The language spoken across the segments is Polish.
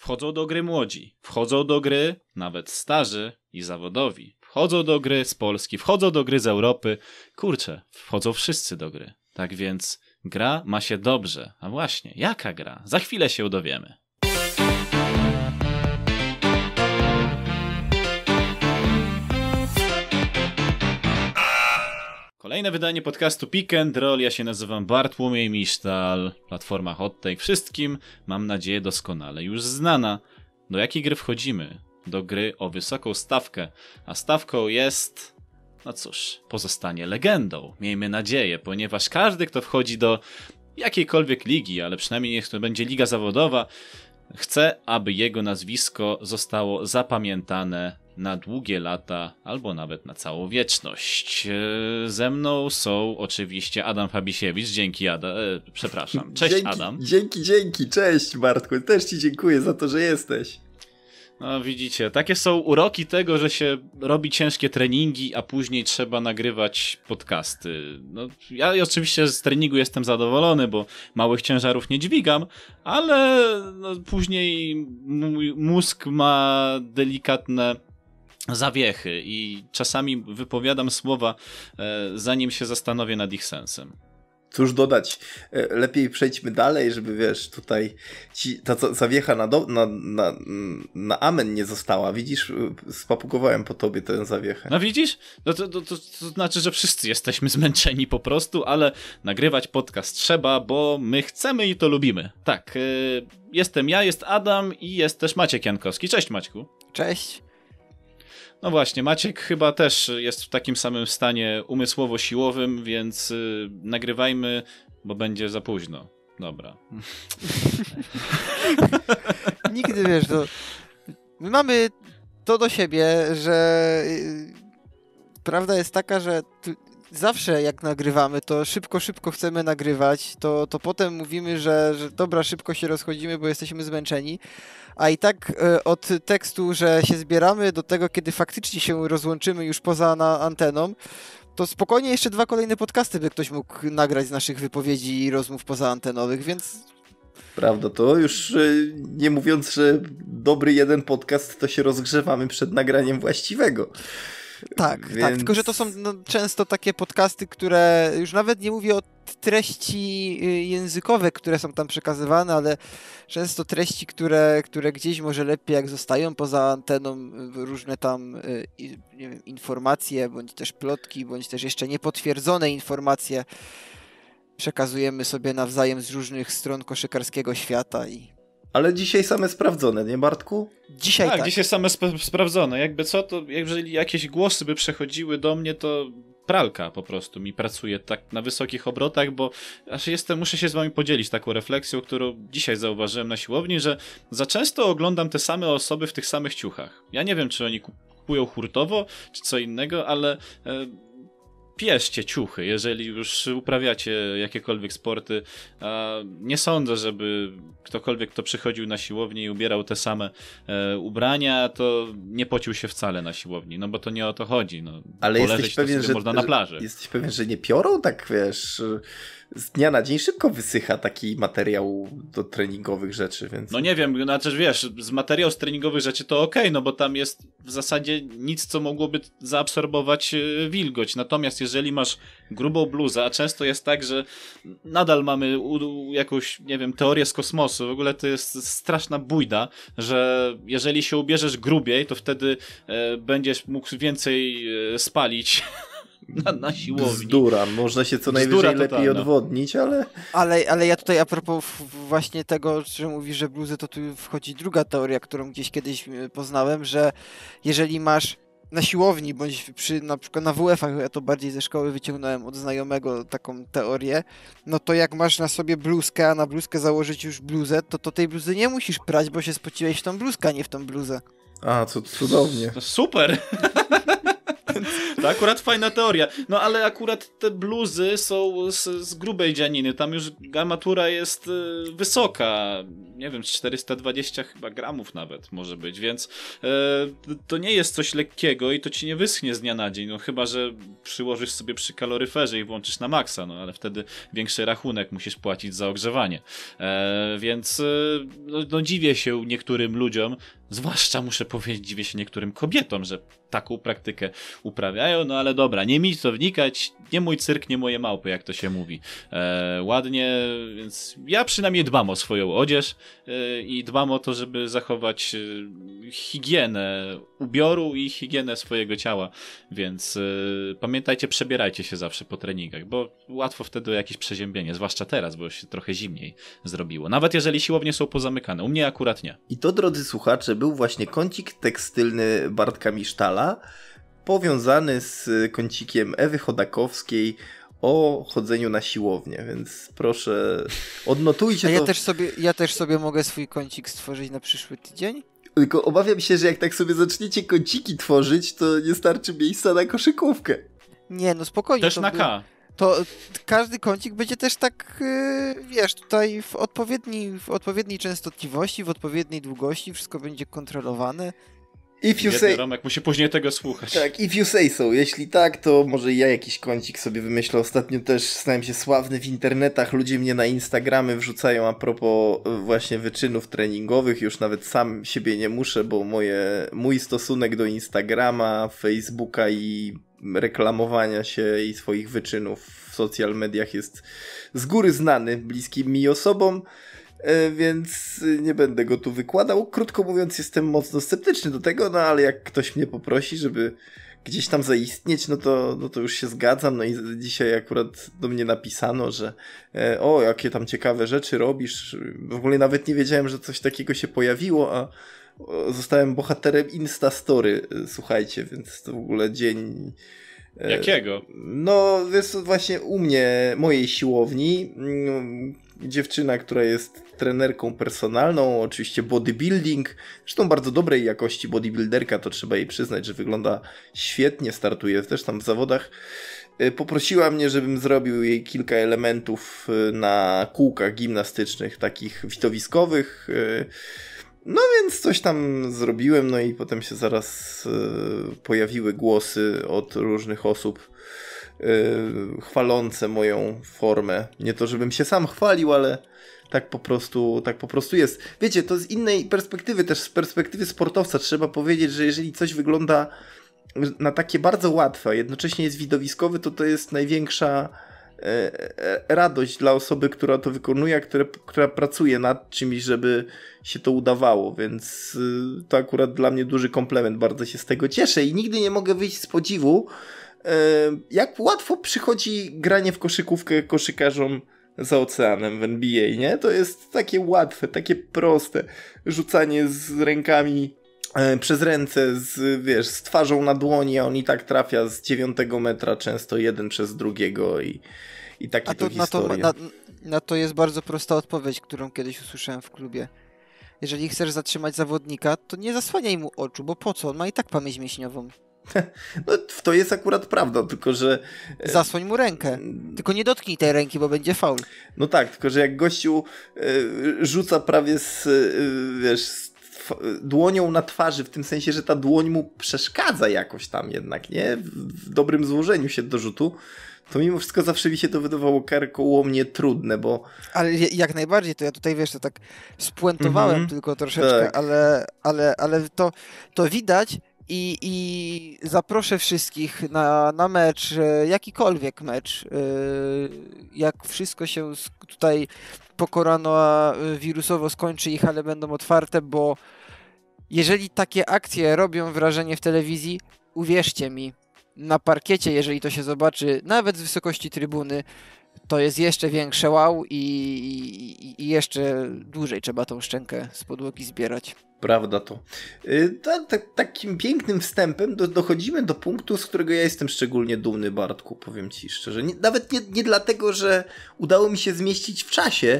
Wchodzą do gry młodzi, wchodzą do gry nawet starzy i zawodowi. Wchodzą do gry z Polski, wchodzą do gry z Europy. Kurczę, wchodzą wszyscy do gry. Tak więc gra ma się dobrze. A właśnie, jaka gra? Za chwilę się dowiemy. Kolejne wydanie podcastu Pick and Roll. Ja się nazywam Bartłomiej Misztal. Platforma Hot Take wszystkim, mam nadzieję, doskonale już znana. Do jakiej gry wchodzimy? Do gry o wysoką stawkę. A stawką jest... no cóż, pozostanie legendą. Miejmy nadzieję, ponieważ każdy, kto wchodzi do jakiejkolwiek ligi, ale przynajmniej niech to będzie liga zawodowa, chce, aby jego nazwisko zostało zapamiętane na długie lata, albo nawet na całą wieczność. Ze mną są oczywiście Adam Fabisiewicz. Dzięki, Adam. Przepraszam. Cześć, Adam. Dzięki. Cześć, Bartku. Też ci dziękuję za to, że jesteś. No widzicie, takie są uroki tego, że się robi ciężkie treningi, a później trzeba nagrywać podcasty. No, ja oczywiście z treningu jestem zadowolony, bo małych ciężarów nie dźwigam, ale no, później mój mózg ma delikatne zawiechy i czasami wypowiadam słowa, zanim się zastanowię nad ich sensem. Cóż dodać, lepiej przejdźmy dalej, żeby wiesz, tutaj ta zawiecha na amen nie została. Widzisz, spapugowałem po tobie tę zawiechę. No widzisz? No to znaczy, że wszyscy jesteśmy zmęczeni po prostu, ale nagrywać podcast trzeba, bo my chcemy i to lubimy. Tak, jestem ja, jest Adam i jest też Maciek Jankowski. Cześć, Maćku. Cześć. No właśnie, Maciek chyba też jest w takim samym stanie umysłowo-siłowym, więc nagrywajmy, bo będzie za późno. Dobra. Nigdy, wiesz, my mamy to do siebie, że prawda jest taka, że zawsze jak nagrywamy, to szybko chcemy nagrywać, to potem mówimy, że dobra, szybko się rozchodzimy, bo jesteśmy zmęczeni, a i tak od tekstu, że się zbieramy do tego, kiedy faktycznie się rozłączymy już poza anteną, to spokojnie jeszcze 2 kolejne podcasty by ktoś mógł nagrać z naszych wypowiedzi i rozmów pozaantenowych, więc... Prawda, to już nie mówiąc, że dobry jeden podcast, to się rozgrzewamy przed nagraniem właściwego. Tak, tylko że to są często takie podcasty, które już nawet nie mówię o treści językowe, które są tam przekazywane, ale często treści, które gdzieś może lepiej jak zostają poza anteną, różne tam nie wiem, informacje, bądź też plotki, bądź też jeszcze niepotwierdzone informacje przekazujemy sobie nawzajem z różnych stron koszykarskiego świata i... Ale dzisiaj same sprawdzone, nie Bartku? Dzisiaj tak. Dzisiaj same sprawdzone. Jakby co, to jeżeli jakieś głosy by przechodziły do mnie, to pralka po prostu mi pracuje tak na wysokich obrotach, bo aż muszę się z wami podzielić taką refleksją, którą dzisiaj zauważyłem na siłowni, że za często oglądam te same osoby w tych samych ciuchach. Ja nie wiem, czy oni kupują hurtowo, czy co innego, ale... Bierzcie ciuchy, jeżeli już uprawiacie jakiekolwiek sporty. Nie sądzę, żeby ktokolwiek, kto przychodził na siłownię i ubierał te same ubrania, to nie pocił się wcale na siłowni, no bo to nie o to chodzi. No, ale jesteś pewien, że można na plaży. Jesteś pewien, że nie piorą? Tak wiesz, z dnia na dzień szybko wysycha taki materiał do treningowych rzeczy, więc... No nie wiem, znaczy wiesz, z materiału z treningowych rzeczy to okej, no bo tam jest w zasadzie nic, co mogłoby zaabsorbować wilgoć. Natomiast jeżeli masz grubą bluzę, a często jest tak, że nadal mamy jakąś, nie wiem, teorię z kosmosu, w ogóle to jest straszna bujda, że jeżeli się ubierzesz grubiej, to wtedy będziesz mógł więcej spalić na siłowni. Bzdura, można się co najwyżej lepiej odwodnić, ale... Ale ja tutaj a propos właśnie tego, że mówisz, że bluzy, to tu wchodzi druga teoria, którą gdzieś kiedyś poznałem, że jeżeli masz na siłowni, bądź na przykład na WF-ach, ja to bardziej ze szkoły wyciągnąłem od znajomego taką teorię, no to jak masz na sobie bluzkę, a na bluzkę założyć już bluzę, to tej bluzy nie musisz prać, bo się spociłeś w tą bluzkę, a nie w tą bluzę. A, co cudownie. To super! To akurat fajna teoria. No ale akurat te bluzy są z grubej dzianiny. Tam już armatura jest wysoka. Nie wiem, 420 chyba gramów nawet może być, więc to nie jest coś lekkiego i to ci nie wyschnie z dnia na dzień. No chyba, że przyłożysz sobie przy kaloryferze i włączysz na maksa, no ale wtedy większy rachunek musisz płacić za ogrzewanie. Więc no, dziwię się niektórym ludziom, zwłaszcza muszę powiedzieć, dziwię się niektórym kobietom, że taką praktykę uprawiają, no ale dobra, nie mi to wnikać, nie mój cyrk, nie moje małpy, jak to się mówi. Ładnie, więc ja przynajmniej dbam o swoją odzież i dbam o to, żeby zachować higienę ubioru i higienę swojego ciała, więc pamiętajcie, przebierajcie się zawsze po treningach, bo łatwo wtedy o jakieś przeziębienie, zwłaszcza teraz, bo już się trochę zimniej zrobiło. Nawet jeżeli siłownie są pozamykane, u mnie akurat nie. I to, drodzy słuchacze, był właśnie kącik tekstylny Bartka Misztala, powiązany z kącikiem Ewy Chodakowskiej o chodzeniu na siłownię, więc proszę odnotujcie to. Ja też sobie mogę swój kącik stworzyć na przyszły tydzień? Tylko obawiam się, że jak tak sobie zaczniecie kąciki tworzyć, to nie starczy miejsca na koszykówkę. Nie, no spokojnie. Też na K. To każdy kącik będzie też tak, wiesz, tutaj w odpowiedniej częstotliwości, w odpowiedniej długości, wszystko będzie kontrolowane. Romek musi później tego słuchać. Tak, if you say so. Jeśli tak, to może ja jakiś kącik sobie wymyślę. Ostatnio też stałem się sławny w internetach. Ludzie mnie na Instagramy wrzucają a propos właśnie wyczynów treningowych. Już nawet sam siebie nie muszę, bo mój stosunek do Instagrama, Facebooka i reklamowania się i swoich wyczynów w social mediach jest z góry znany bliskim mi osobom. Więc nie będę go tu wykładał. Krótko mówiąc, jestem mocno sceptyczny do tego, no ale jak ktoś mnie poprosi, żeby gdzieś tam zaistnieć, no to już się zgadzam. No i dzisiaj akurat do mnie napisano, że jakie tam ciekawe rzeczy robisz. W ogóle nawet nie wiedziałem, że coś takiego się pojawiło, a zostałem bohaterem Instastory, słuchajcie, więc to w ogóle dzień... Jakiego? No, jest właśnie u mnie, mojej siłowni, dziewczyna, która jest trenerką personalną, oczywiście bodybuilding, zresztą bardzo dobrej jakości bodybuilderka, to trzeba jej przyznać, że wygląda świetnie, startuje też tam w zawodach. Poprosiła mnie, żebym zrobił jej kilka elementów na kółkach gimnastycznych, takich widowiskowych. No więc coś tam zrobiłem, no i potem się zaraz pojawiły głosy od różnych osób chwalące moją formę. Nie to, żebym się sam chwalił, ale tak po prostu jest. Wiecie, to z innej perspektywy, też z perspektywy sportowca trzeba powiedzieć, że jeżeli coś wygląda na takie bardzo łatwe, a jednocześnie jest widowiskowy, to jest największa radość dla osoby, która to wykonuje, która pracuje nad czymś, żeby się to udawało, więc to akurat dla mnie duży komplement, bardzo się z tego cieszę i nigdy nie mogę wyjść z podziwu, jak łatwo przychodzi granie w koszykówkę koszykarzom za oceanem w NBA, nie? To jest takie łatwe, takie proste, rzucanie z rękami przez ręce, z twarzą na dłoni, a on i tak trafia z 9 metra, często jeden przez drugiego i takie to historie. Na to jest bardzo prosta odpowiedź, którą kiedyś usłyszałem w klubie. Jeżeli chcesz zatrzymać zawodnika, to nie zasłaniaj mu oczu, bo po co? On ma i tak pamięć mięśniową. No to jest akurat prawda, tylko że... Zasłoń mu rękę. Tylko nie dotknij tej ręki, bo będzie faul. No tak, tylko że jak gościu rzuca prawie z dłonią na twarzy, w tym sensie, że ta dłoń mu przeszkadza jakoś tam jednak, nie? W dobrym złożeniu się do rzutu, to mimo wszystko zawsze mi się to wydawało karkołomnie trudne, bo... Ale jak najbardziej, to ja tutaj, wiesz, to tak spuentowałem tylko troszeczkę, tak. ale to widać i zaproszę wszystkich na mecz, jakikolwiek mecz, jak wszystko się tutaj po koronawirusowo skończy i hale będą otwarte, bo jeżeli takie akcje robią wrażenie w telewizji, uwierzcie mi, na parkiecie, jeżeli to się zobaczy, nawet z wysokości trybuny, to jest jeszcze większe wow i jeszcze dłużej trzeba tą szczękę z podłogi zbierać. Prawda to. Takim pięknym wstępem dochodzimy do punktu, z którego ja jestem szczególnie dumny, Bartku, powiem ci szczerze. Nawet nie dlatego, że udało mi się zmieścić w czasie,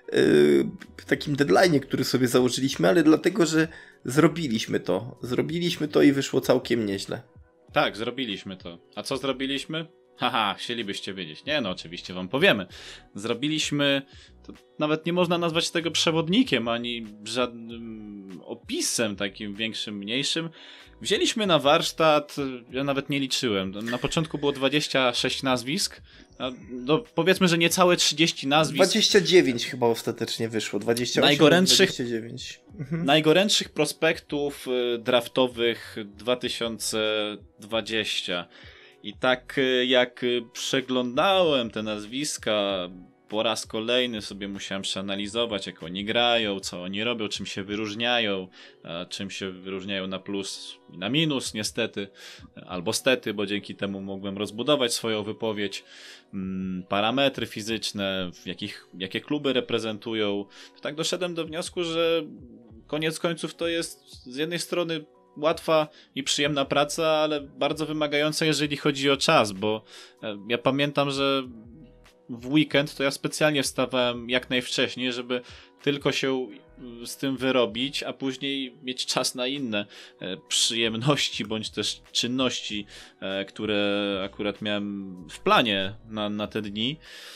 w takim deadline'ie, który sobie założyliśmy, ale dlatego, że zrobiliśmy to i wyszło całkiem nieźle. Tak, zrobiliśmy to. A co zrobiliśmy? Haha, chcielibyście wiedzieć. Nie, no oczywiście wam powiemy. Zrobiliśmy, to nawet nie można nazwać tego przewodnikiem, ani żadnym opisem takim większym, mniejszym. Wzięliśmy na warsztat, ja nawet nie liczyłem, na początku było 26 nazwisk, powiedzmy, że niecałe 30 nazwisk. 29 chyba ostatecznie wyszło, 28, 29. Najgorętszych prospektów draftowych 2020. I tak jak przeglądałem te nazwiska, po raz kolejny sobie musiałem przeanalizować, jak oni grają, co oni robią, czym się wyróżniają, czym się wyróżniają na plus i na minus niestety, albo stety, bo dzięki temu mogłem rozbudować swoją wypowiedź, parametry fizyczne, jakie kluby reprezentują. Tak doszedłem do wniosku, że koniec końców to jest z jednej strony łatwa i przyjemna praca, ale bardzo wymagająca, jeżeli chodzi o czas, bo ja pamiętam, że w weekend to ja specjalnie wstawałem jak najwcześniej, żeby tylko się z tym wyrobić, a później mieć czas na inne przyjemności bądź też czynności, które akurat miałem w planie na te dni.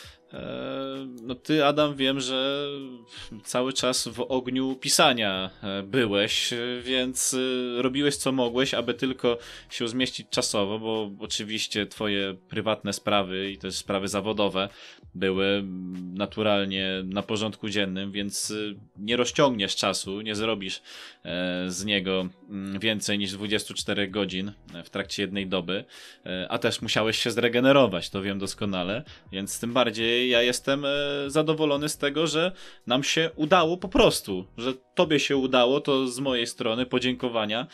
No ty, Adam, wiem, że cały czas w ogniu pisania byłeś, więc robiłeś co mogłeś, aby tylko się zmieścić czasowo, bo oczywiście twoje prywatne sprawy i też sprawy zawodowe były naturalnie na porządku dziennym, więc nie rozciągniesz czasu, nie zrobisz z niego więcej niż 24 godzin w trakcie jednej doby, a też musiałeś się zregenerować, to wiem doskonale, więc tym bardziej ja jestem zadowolony z tego, że nam się udało po prostu, że tobie się udało, to z mojej strony podziękowania,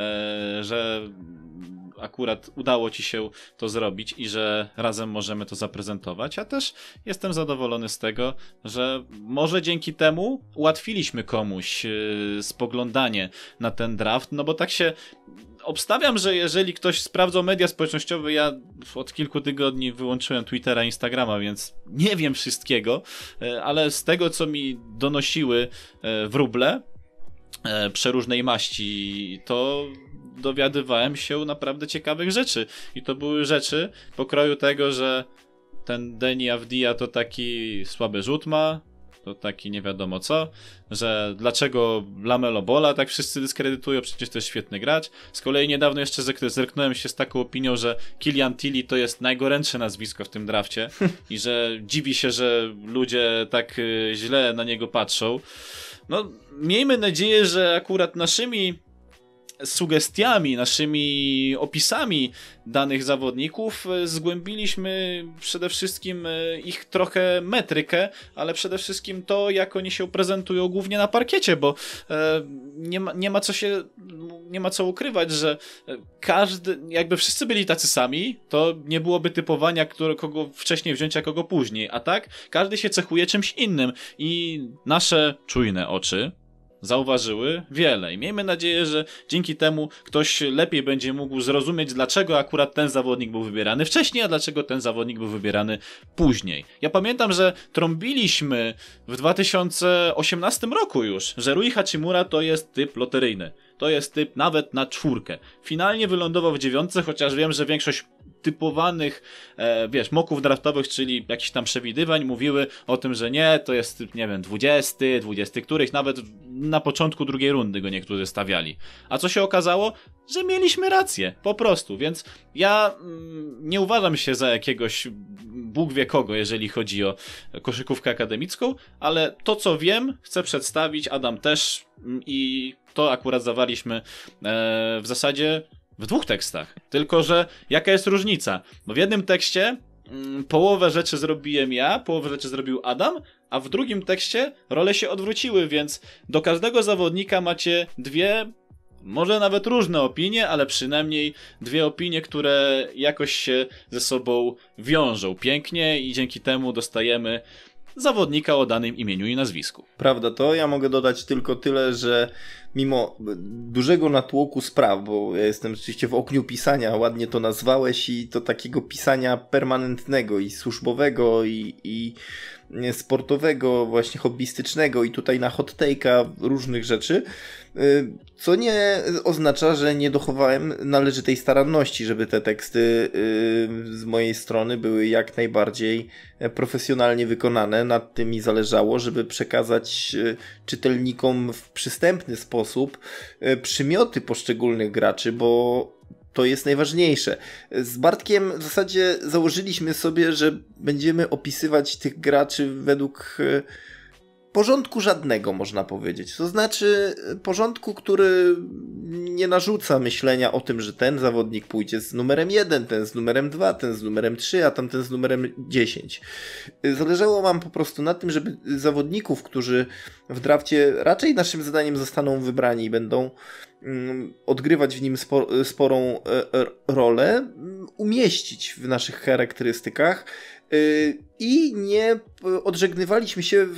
że akurat udało ci się to zrobić i że razem możemy to zaprezentować, a też jestem zadowolony z tego, że może dzięki temu ułatwiliśmy komuś spoglądanie na ten draft, no bo tak się obstawiam, że jeżeli ktoś sprawdzał media społecznościowe, ja od kilku tygodni wyłączyłem Twittera, Instagrama, więc nie wiem wszystkiego, ale z tego, co mi donosiły wróble przeróżnej maści, to dowiadywałem się naprawdę ciekawych rzeczy. I to były rzeczy pokroju tego, że ten Deni Avdija to taki słaby rzut ma, to taki nie wiadomo co, że dlaczego Lamelo Balla tak wszyscy dyskredytują, przecież to jest świetny gracz. Z kolei niedawno jeszcze zerknąłem się z taką opinią, że Killian Tilly to jest najgorętsze nazwisko w tym drafcie i że dziwi się, że ludzie tak źle na niego patrzą. No, miejmy nadzieję, że akurat naszymi sugestiami, naszymi opisami danych zawodników zgłębiliśmy przede wszystkim ich trochę metrykę, ale przede wszystkim to, jak oni się prezentują głównie na parkiecie, bo nie ma co ukrywać, że każdy, jakby wszyscy byli tacy sami, to nie byłoby typowania, kogo wcześniej wziąć, a kogo później, a tak każdy się cechuje czymś innym i nasze czujne oczy zauważyły wiele i miejmy nadzieję, że dzięki temu ktoś lepiej będzie mógł zrozumieć, dlaczego akurat ten zawodnik był wybierany wcześniej, a dlaczego ten zawodnik był wybierany później. Ja pamiętam, że trąbiliśmy w 2018 roku już, że Rui Hachimura to jest typ loteryjny. To jest typ nawet na 4. Finalnie wylądował w 9, chociaż wiem, że większość typowanych, moków draftowych, czyli jakichś tam przewidywań, mówiły o tym, że nie, to jest typ, nie wiem, 20 których nawet na początku drugiej rundy go niektórzy stawiali. A co się okazało? Że mieliśmy rację, po prostu, więc ja nie uważam się za jakiegoś Bóg wie kogo, jeżeli chodzi o koszykówkę akademicką, ale to, co wiem, chcę przedstawić, Adam też i to akurat zawaliśmy w zasadzie w 2 tekstach. Tylko że jaka jest różnica? Bo w jednym tekście połowę rzeczy zrobiłem ja, połowę rzeczy zrobił Adam, a w drugim tekście role się odwróciły, więc do każdego zawodnika macie 2, może nawet różne opinie, ale przynajmniej 2 opinie, które jakoś się ze sobą wiążą pięknie i dzięki temu dostajemy zawodnika o danym imieniu i nazwisku. Prawda to, ja mogę dodać tylko tyle, że mimo dużego natłoku spraw, bo ja jestem rzeczywiście w ogniu pisania, ładnie to nazwałeś, i to takiego pisania permanentnego i służbowego i sportowego, właśnie hobbystycznego i tutaj na hot take'a różnych rzeczy, co nie oznacza, że nie dochowałem należytej staranności, żeby te teksty z mojej strony były jak najbardziej profesjonalnie wykonane. Nad tym mi zależało, żeby przekazać czytelnikom w przystępny sposób przymioty poszczególnych graczy, bo to jest najważniejsze. Z Bartkiem w zasadzie założyliśmy sobie, że będziemy opisywać tych graczy według porządku żadnego, można powiedzieć. To znaczy porządku, który nie narzuca myślenia o tym, że ten zawodnik pójdzie z numerem 1, ten z numerem 2, ten z numerem 3, a tamten z numerem 10. Zależało nam po prostu na tym, żeby zawodników, którzy w drafcie raczej naszym zadaniem zostaną wybrani i będą odgrywać w nim sporą rolę, umieścić w naszych charakterystykach i nie odżegnywaliśmy się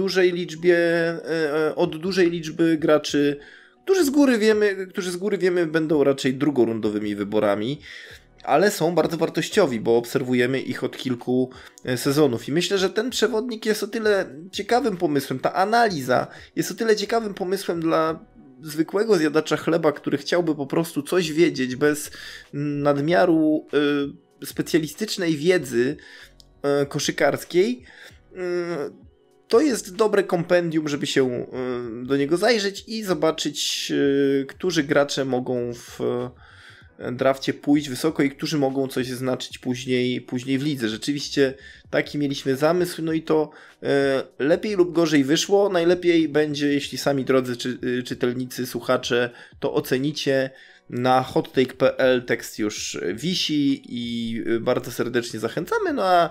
od dużej liczby graczy, którzy z góry wiemy będą raczej drugorundowymi wyborami, ale są bardzo wartościowi, bo obserwujemy ich od kilku sezonów. I myślę, że ten przewodnik jest o tyle ciekawym pomysłem, ta analiza jest o tyle ciekawym pomysłem dla zwykłego zjadacza chleba, który chciałby po prostu coś wiedzieć bez nadmiaru specjalistycznej wiedzy koszykarskiej. To jest dobre kompendium, żeby się do niego zajrzeć i zobaczyć, którzy gracze mogą w drafcie pójść wysoko i którzy mogą coś znaczyć później w lidze. Rzeczywiście taki mieliśmy zamysł, no i to lepiej lub gorzej wyszło. Najlepiej będzie, jeśli sami drodzy czytelnicy, słuchacze to ocenicie. Na hottake.pl tekst już wisi i bardzo serdecznie zachęcamy, no a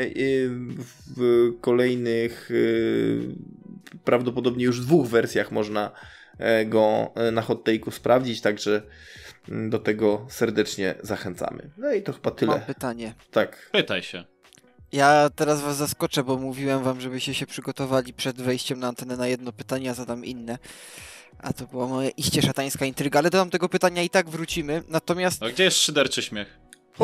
w kolejnych prawdopodobnie już 2 wersjach można go na hottake'u sprawdzić, także do tego serdecznie zachęcamy. No i to chyba tyle. Mam pytanie. Tak. Pytaj się. Ja teraz was zaskoczę, bo mówiłem wam, żebyście się przygotowali przed wejściem na antenę na jedno pytanie, a zadam inne. A to była moja iście szatańska intryga, ale do tamtego pytania i tak wrócimy. Natomiast... A gdzie jest szyderczy śmiech?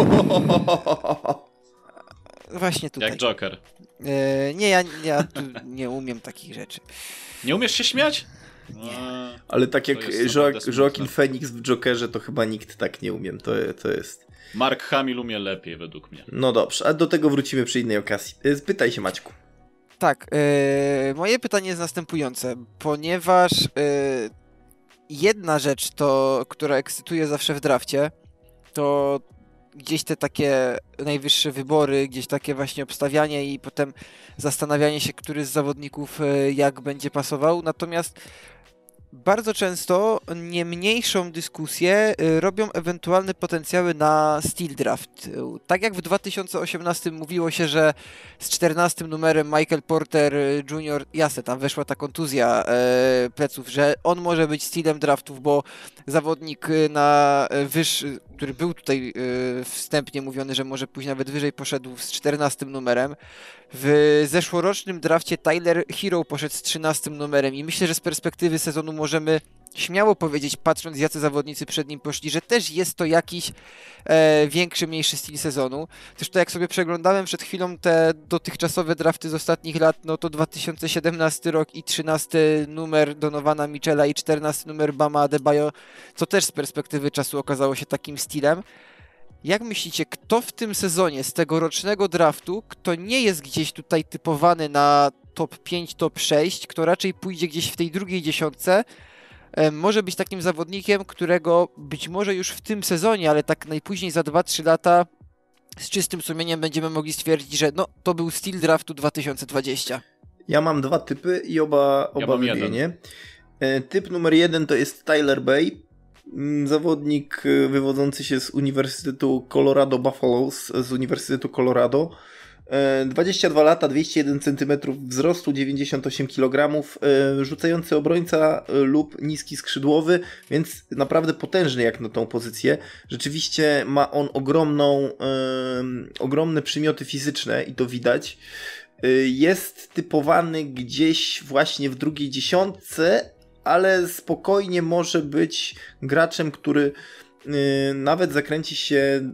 Właśnie tutaj. Jak Joker. Nie, ja tu nie umiem takich rzeczy. Nie umiesz się śmiać? Ale tak jak Joaquin Joaquin Phoenix w Jokerze, to chyba nikt tak nie umiem. To jest... Mark Hamill umie lepiej, według mnie. No dobrze, a do tego wrócimy przy innej okazji. Pytaj się, Maćku. Tak, moje pytanie jest następujące, ponieważ jedna rzecz, która ekscytuje zawsze w drafcie, to gdzieś te takie najwyższe wybory, gdzieś takie właśnie obstawianie i potem zastanawianie się, który z zawodników jak będzie pasował, natomiast bardzo często nie mniejszą dyskusję robią ewentualne potencjały na Steel Draft. Tak jak w 2018 mówiło się, że z 14 numerem Michael Porter Jr., jasne, tam weszła ta kontuzja pleców, że on może być Steelem Draftów, bo zawodnik na wyższy, który był tutaj wstępnie mówiony, że może pójść nawet wyżej, poszedł z 14 numerem. W zeszłorocznym drafcie Tyler Hero poszedł z 13 numerem i myślę, że z perspektywy sezonu możemy śmiało powiedzieć, patrząc jacy zawodnicy przed nim poszli, że też jest to jakiś większy, mniejszy styl sezonu. Zresztą jak sobie przeglądałem przed chwilą te dotychczasowe drafty z ostatnich lat, no to 2017 rok i 13 numer Donovana Mitchella i 14 numer Bama Adebayo, co też z perspektywy czasu okazało się takim stylem. Jak myślicie, kto w tym sezonie z tegorocznego draftu, kto nie jest gdzieś tutaj typowany na top 5, top 6, kto raczej pójdzie gdzieś w tej drugiej dziesiątce, może być takim zawodnikiem, którego być może już w tym sezonie, ale tak najpóźniej za 2-3 lata z czystym sumieniem będziemy mogli stwierdzić, że no to był styl draftu 2020. Ja mam 2 typy i oba wymienię. Typ numer 1 to jest Tyler Bay. Zawodnik wywodzący się z Uniwersytetu Colorado Buffaloes, z Uniwersytetu Colorado. 22 lata, 201 cm wzrostu, 98 kg, rzucający obrońca lub niski skrzydłowy, więc naprawdę potężny jak na tą pozycję. Rzeczywiście ma on ogromne przymioty fizyczne i to widać. Jest typowany gdzieś właśnie w drugiej dziesiątce, ale spokojnie może być graczem, który nawet zakręci się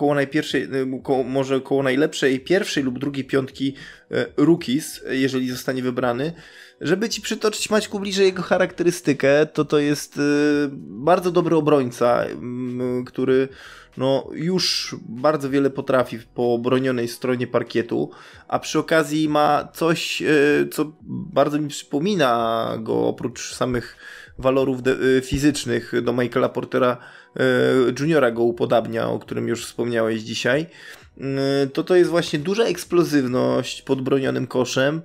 koło najlepszej pierwszej lub drugiej piątki rookies, jeżeli zostanie wybrany. Żeby ci przytoczyć, Maćku, bliżej jego charakterystykę, to jest bardzo dobry obrońca, który już bardzo wiele potrafi po obronionej stronie parkietu, a przy okazji ma coś, co bardzo mi przypomina go, oprócz samych walorów fizycznych, do Michaela Portera Juniora go upodabnia, o którym już wspomniałeś dzisiaj. To jest właśnie duża eksplozywność pod bronionym koszem.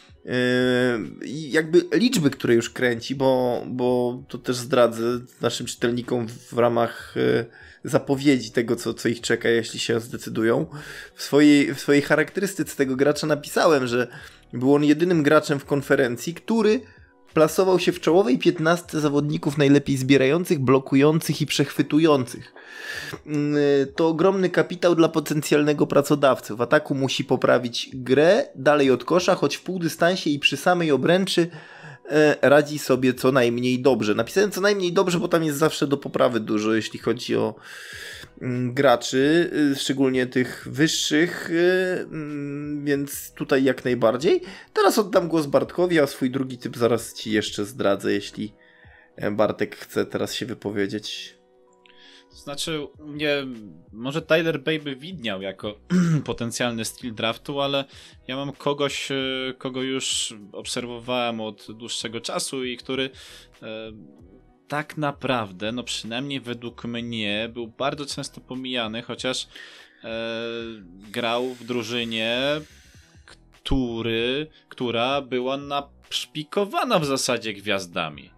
I jakby liczby, które już kręci, bo to też zdradzę naszym czytelnikom w ramach zapowiedzi tego, co ich czeka, jeśli się zdecydują. W swojej charakterystyce tego gracza napisałem, że był on jedynym graczem w konferencji, który plasował się w czołowej 15 zawodników najlepiej zbierających, blokujących i przechwytujących. To ogromny kapitał dla potencjalnego pracodawcy. W ataku musi poprawić grę dalej od kosza, choć w półdystansie i przy samej obręczy radzi sobie co najmniej dobrze. Napisałem co najmniej dobrze, bo tam jest zawsze do poprawy dużo, jeśli chodzi o graczy, szczególnie tych wyższych, więc tutaj jak najbardziej. Teraz oddam głos Bartkowi, a swój drugi typ zaraz ci jeszcze zdradzę, jeśli Bartek chce teraz się wypowiedzieć. To znaczy, może Tyler Baby widniał jako potencjalny styl draftu, ale ja mam kogoś, kogo już obserwowałem od dłuższego czasu i który tak naprawdę, przynajmniej według mnie, był bardzo często pomijany, chociaż grał w drużynie, która była naszpikowana w zasadzie gwiazdami.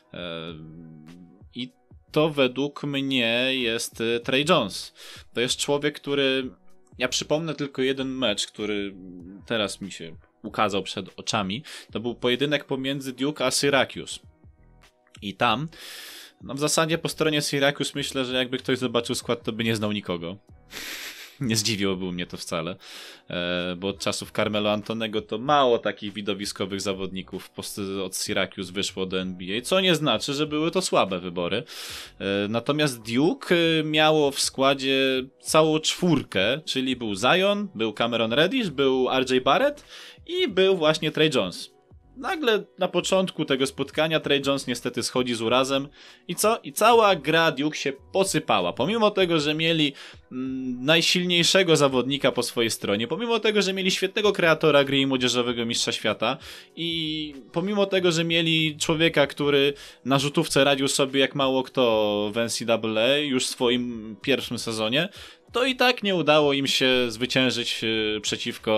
I to według mnie jest Trey Jones. To jest człowiek, który... Ja przypomnę tylko jeden mecz, który teraz mi się ukazał przed oczami. To był pojedynek pomiędzy Duke a Syracuse. I tam, w zasadzie po stronie Syracuse myślę, że jakby ktoś zobaczył skład, to by nie znał nikogo. Nie zdziwiłoby mnie to wcale, bo od czasów Carmelo Antonego to mało takich widowiskowych zawodników od Syracuse wyszło do NBA, co nie znaczy, że były to słabe wybory. Natomiast Duke miało w składzie całą czwórkę, czyli był Zion, był Cameron Reddish, był RJ Barrett i był właśnie Trey Jones. Nagle na początku tego spotkania Trey Jones niestety schodzi z urazem i co? I cała gra Duke się posypała. Pomimo tego, że mieli najsilniejszego zawodnika po swojej stronie, pomimo tego, że mieli świetnego kreatora gry i młodzieżowego mistrza świata i pomimo tego, że mieli człowieka, który na rzutówce radził sobie jak mało kto w NCAA już w swoim pierwszym sezonie, to i tak nie udało im się zwyciężyć przeciwko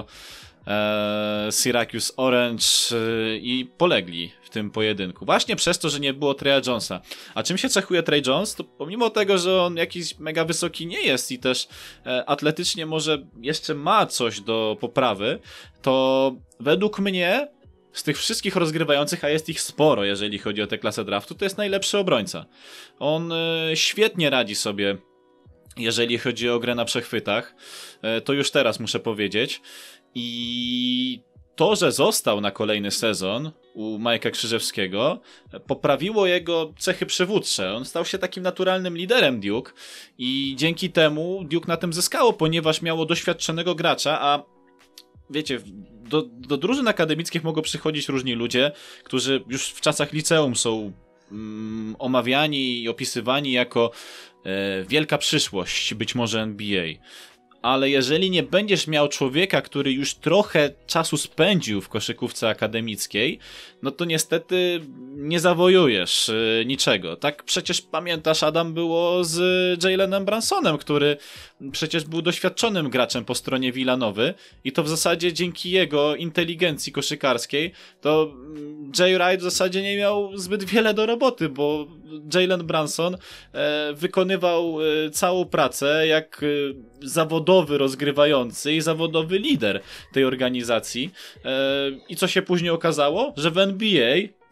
Syracuse Orange i polegli w tym pojedynku. Właśnie przez to, że nie było Treya Jonesa. A czym się cechuje Trey Jones? To pomimo tego, że on jakiś mega wysoki nie jest i też atletycznie może jeszcze ma coś do poprawy, to według mnie z tych wszystkich rozgrywających, a jest ich sporo, jeżeli chodzi o tę klasę draftu, to jest najlepszy obrońca. On świetnie radzi sobie, jeżeli chodzi o grę na przechwytach. To już teraz muszę powiedzieć. I to, że został na kolejny sezon u Majka Krzyżewskiego, poprawiło jego cechy przywódcze. On stał się takim naturalnym liderem Duke i dzięki temu Duke na tym zyskało, ponieważ miało doświadczonego gracza, a wiecie, do drużyn akademickich mogą przychodzić różni ludzie, którzy już w czasach liceum są omawiani i opisywani jako wielka przyszłość, być może NBA. Ale jeżeli nie będziesz miał człowieka, który już trochę czasu spędził w koszykówce akademickiej, no to niestety nie zawojujesz niczego. Tak przecież pamiętasz, Adam, było z Jalenem Bransonem, który przecież był doświadczonym graczem po stronie Villanowy i to w zasadzie dzięki jego inteligencji koszykarskiej to Jay Wright w zasadzie nie miał zbyt wiele do roboty, bo Jalen Branson wykonywał całą pracę jak zawodowy rozgrywający i zawodowy lider tej organizacji. I co się później okazało? Że w NBA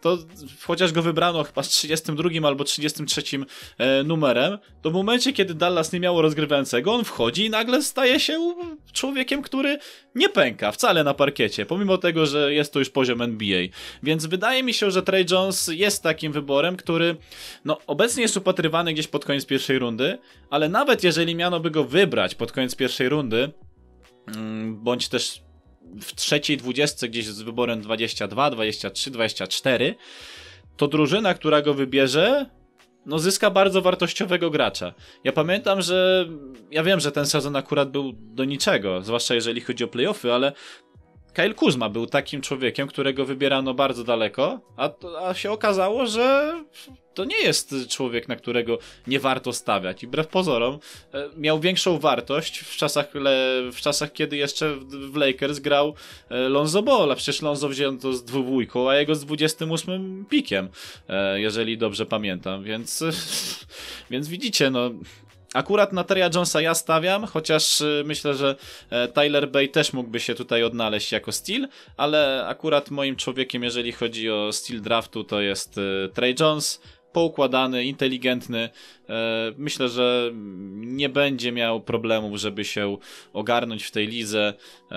to chociaż go wybrano chyba z 32 albo 33 numerem, to w momencie, kiedy Dallas nie miało rozgrywającego, on wchodzi i nagle staje się człowiekiem, który nie pęka wcale na parkiecie, pomimo tego, że jest to już poziom NBA. Więc wydaje mi się, że Trey Jones jest takim wyborem, który no obecnie jest upatrywany gdzieś pod koniec pierwszej rundy, ale nawet jeżeli miano by go wybrać pod koniec pierwszej rundy, bądź też w trzeciej 20 gdzieś z wyborem 22, 23, 24, to drużyna, która go wybierze, no zyska bardzo wartościowego gracza. Ja pamiętam, że ja wiem, że ten sezon akurat był do niczego, zwłaszcza jeżeli chodzi o playoffy, ale Kyle Kuzma był takim człowiekiem, którego wybierano bardzo daleko, a się okazało, że to nie jest człowiek, na którego nie warto stawiać. I wbrew pozorom miał większą wartość w czasach kiedy jeszcze w Lakers grał Lonzo Ball, a przecież Lonzo wziął to z 2, a jego z 28 pikiem, jeżeli dobrze pamiętam. Więc widzicie, no... Akurat na Treya Jonesa ja stawiam, chociaż myślę, że Tyler Bey też mógłby się tutaj odnaleźć jako steal, ale akurat moim człowiekiem, jeżeli chodzi o steal draftu, to jest Trey Jones, poukładany, inteligentny. Myślę, że nie będzie miał problemów, żeby się ogarnąć w tej lidze,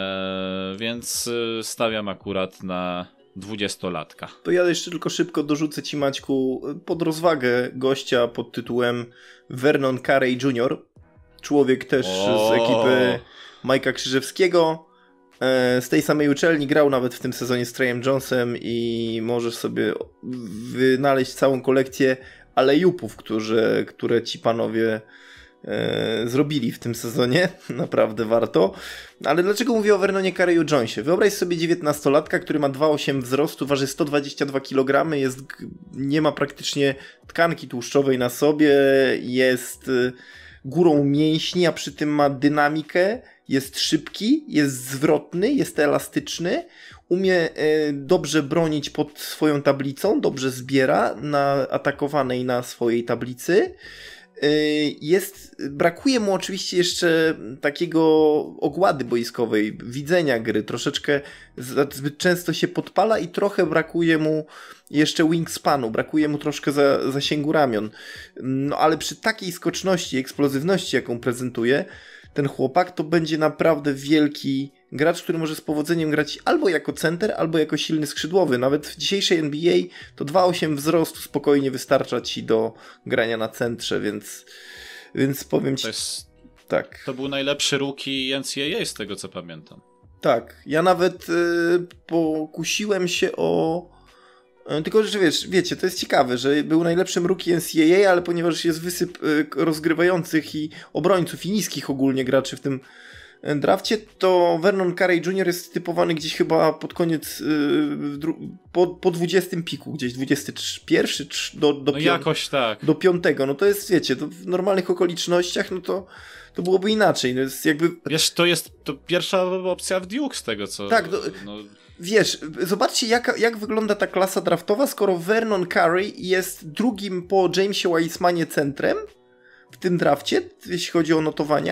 więc stawiam akurat na 20-latka. To ja jeszcze tylko szybko dorzucę Ci, Maćku, pod rozwagę gościa pod tytułem Vernon Carey Jr. Człowiek też z ekipy Majka Krzyżewskiego. Z tej samej uczelni grał nawet w tym sezonie z Treyem Jonesem i możesz sobie wynaleźć całą kolekcję alley-oopów, które ci panowie zrobili w tym sezonie. Naprawdę warto. Ale dlaczego mówię o Vernonie Careyu Jonesie? Wyobraź sobie 19-latka, który ma 2,8 wzrostu, waży 122 kg, nie ma praktycznie tkanki tłuszczowej na sobie, jest górą mięśni, a przy tym ma dynamikę, jest szybki, jest zwrotny, jest elastyczny, umie dobrze bronić pod swoją tablicą, dobrze zbiera na atakowanej na swojej tablicy. Brakuje mu oczywiście jeszcze takiego ogłady boiskowej, widzenia gry, troszeczkę zbyt często się podpala i trochę brakuje mu jeszcze wingspanu, brakuje mu troszkę zasięgu ramion. No ale przy takiej skoczności, eksplozywności, jaką prezentuje ten chłopak, to będzie naprawdę wielki gracz, który może z powodzeniem grać albo jako center, albo jako silny skrzydłowy. Nawet w dzisiejszej NBA to 2,8 wzrostu spokojnie wystarcza ci do grania na centrze, więc powiem ci... Tak. To był najlepszy rookie NCAA z tego, co pamiętam. Tak, ja nawet pokusiłem się o... Tylko, że wiecie, to jest ciekawe, że był najlepszym rookie NCAA, ale ponieważ jest wysyp rozgrywających i obrońców i niskich ogólnie graczy w tym drafcie, to Vernon Carey Jr. jest typowany gdzieś chyba pod koniec, po 20 piku, gdzieś 21 do jakoś tak. Do 5. No to jest, wiecie, to w normalnych okolicznościach, no to byłoby inaczej. No jest jakby... Wiesz, to pierwsza opcja w Duke z tego, co... Tak, wiesz, zobaczcie jak wygląda ta klasa draftowa, skoro Vernon Carey jest drugim po Jamesie Wisemanie centrem w tym drafcie, jeśli chodzi o notowania,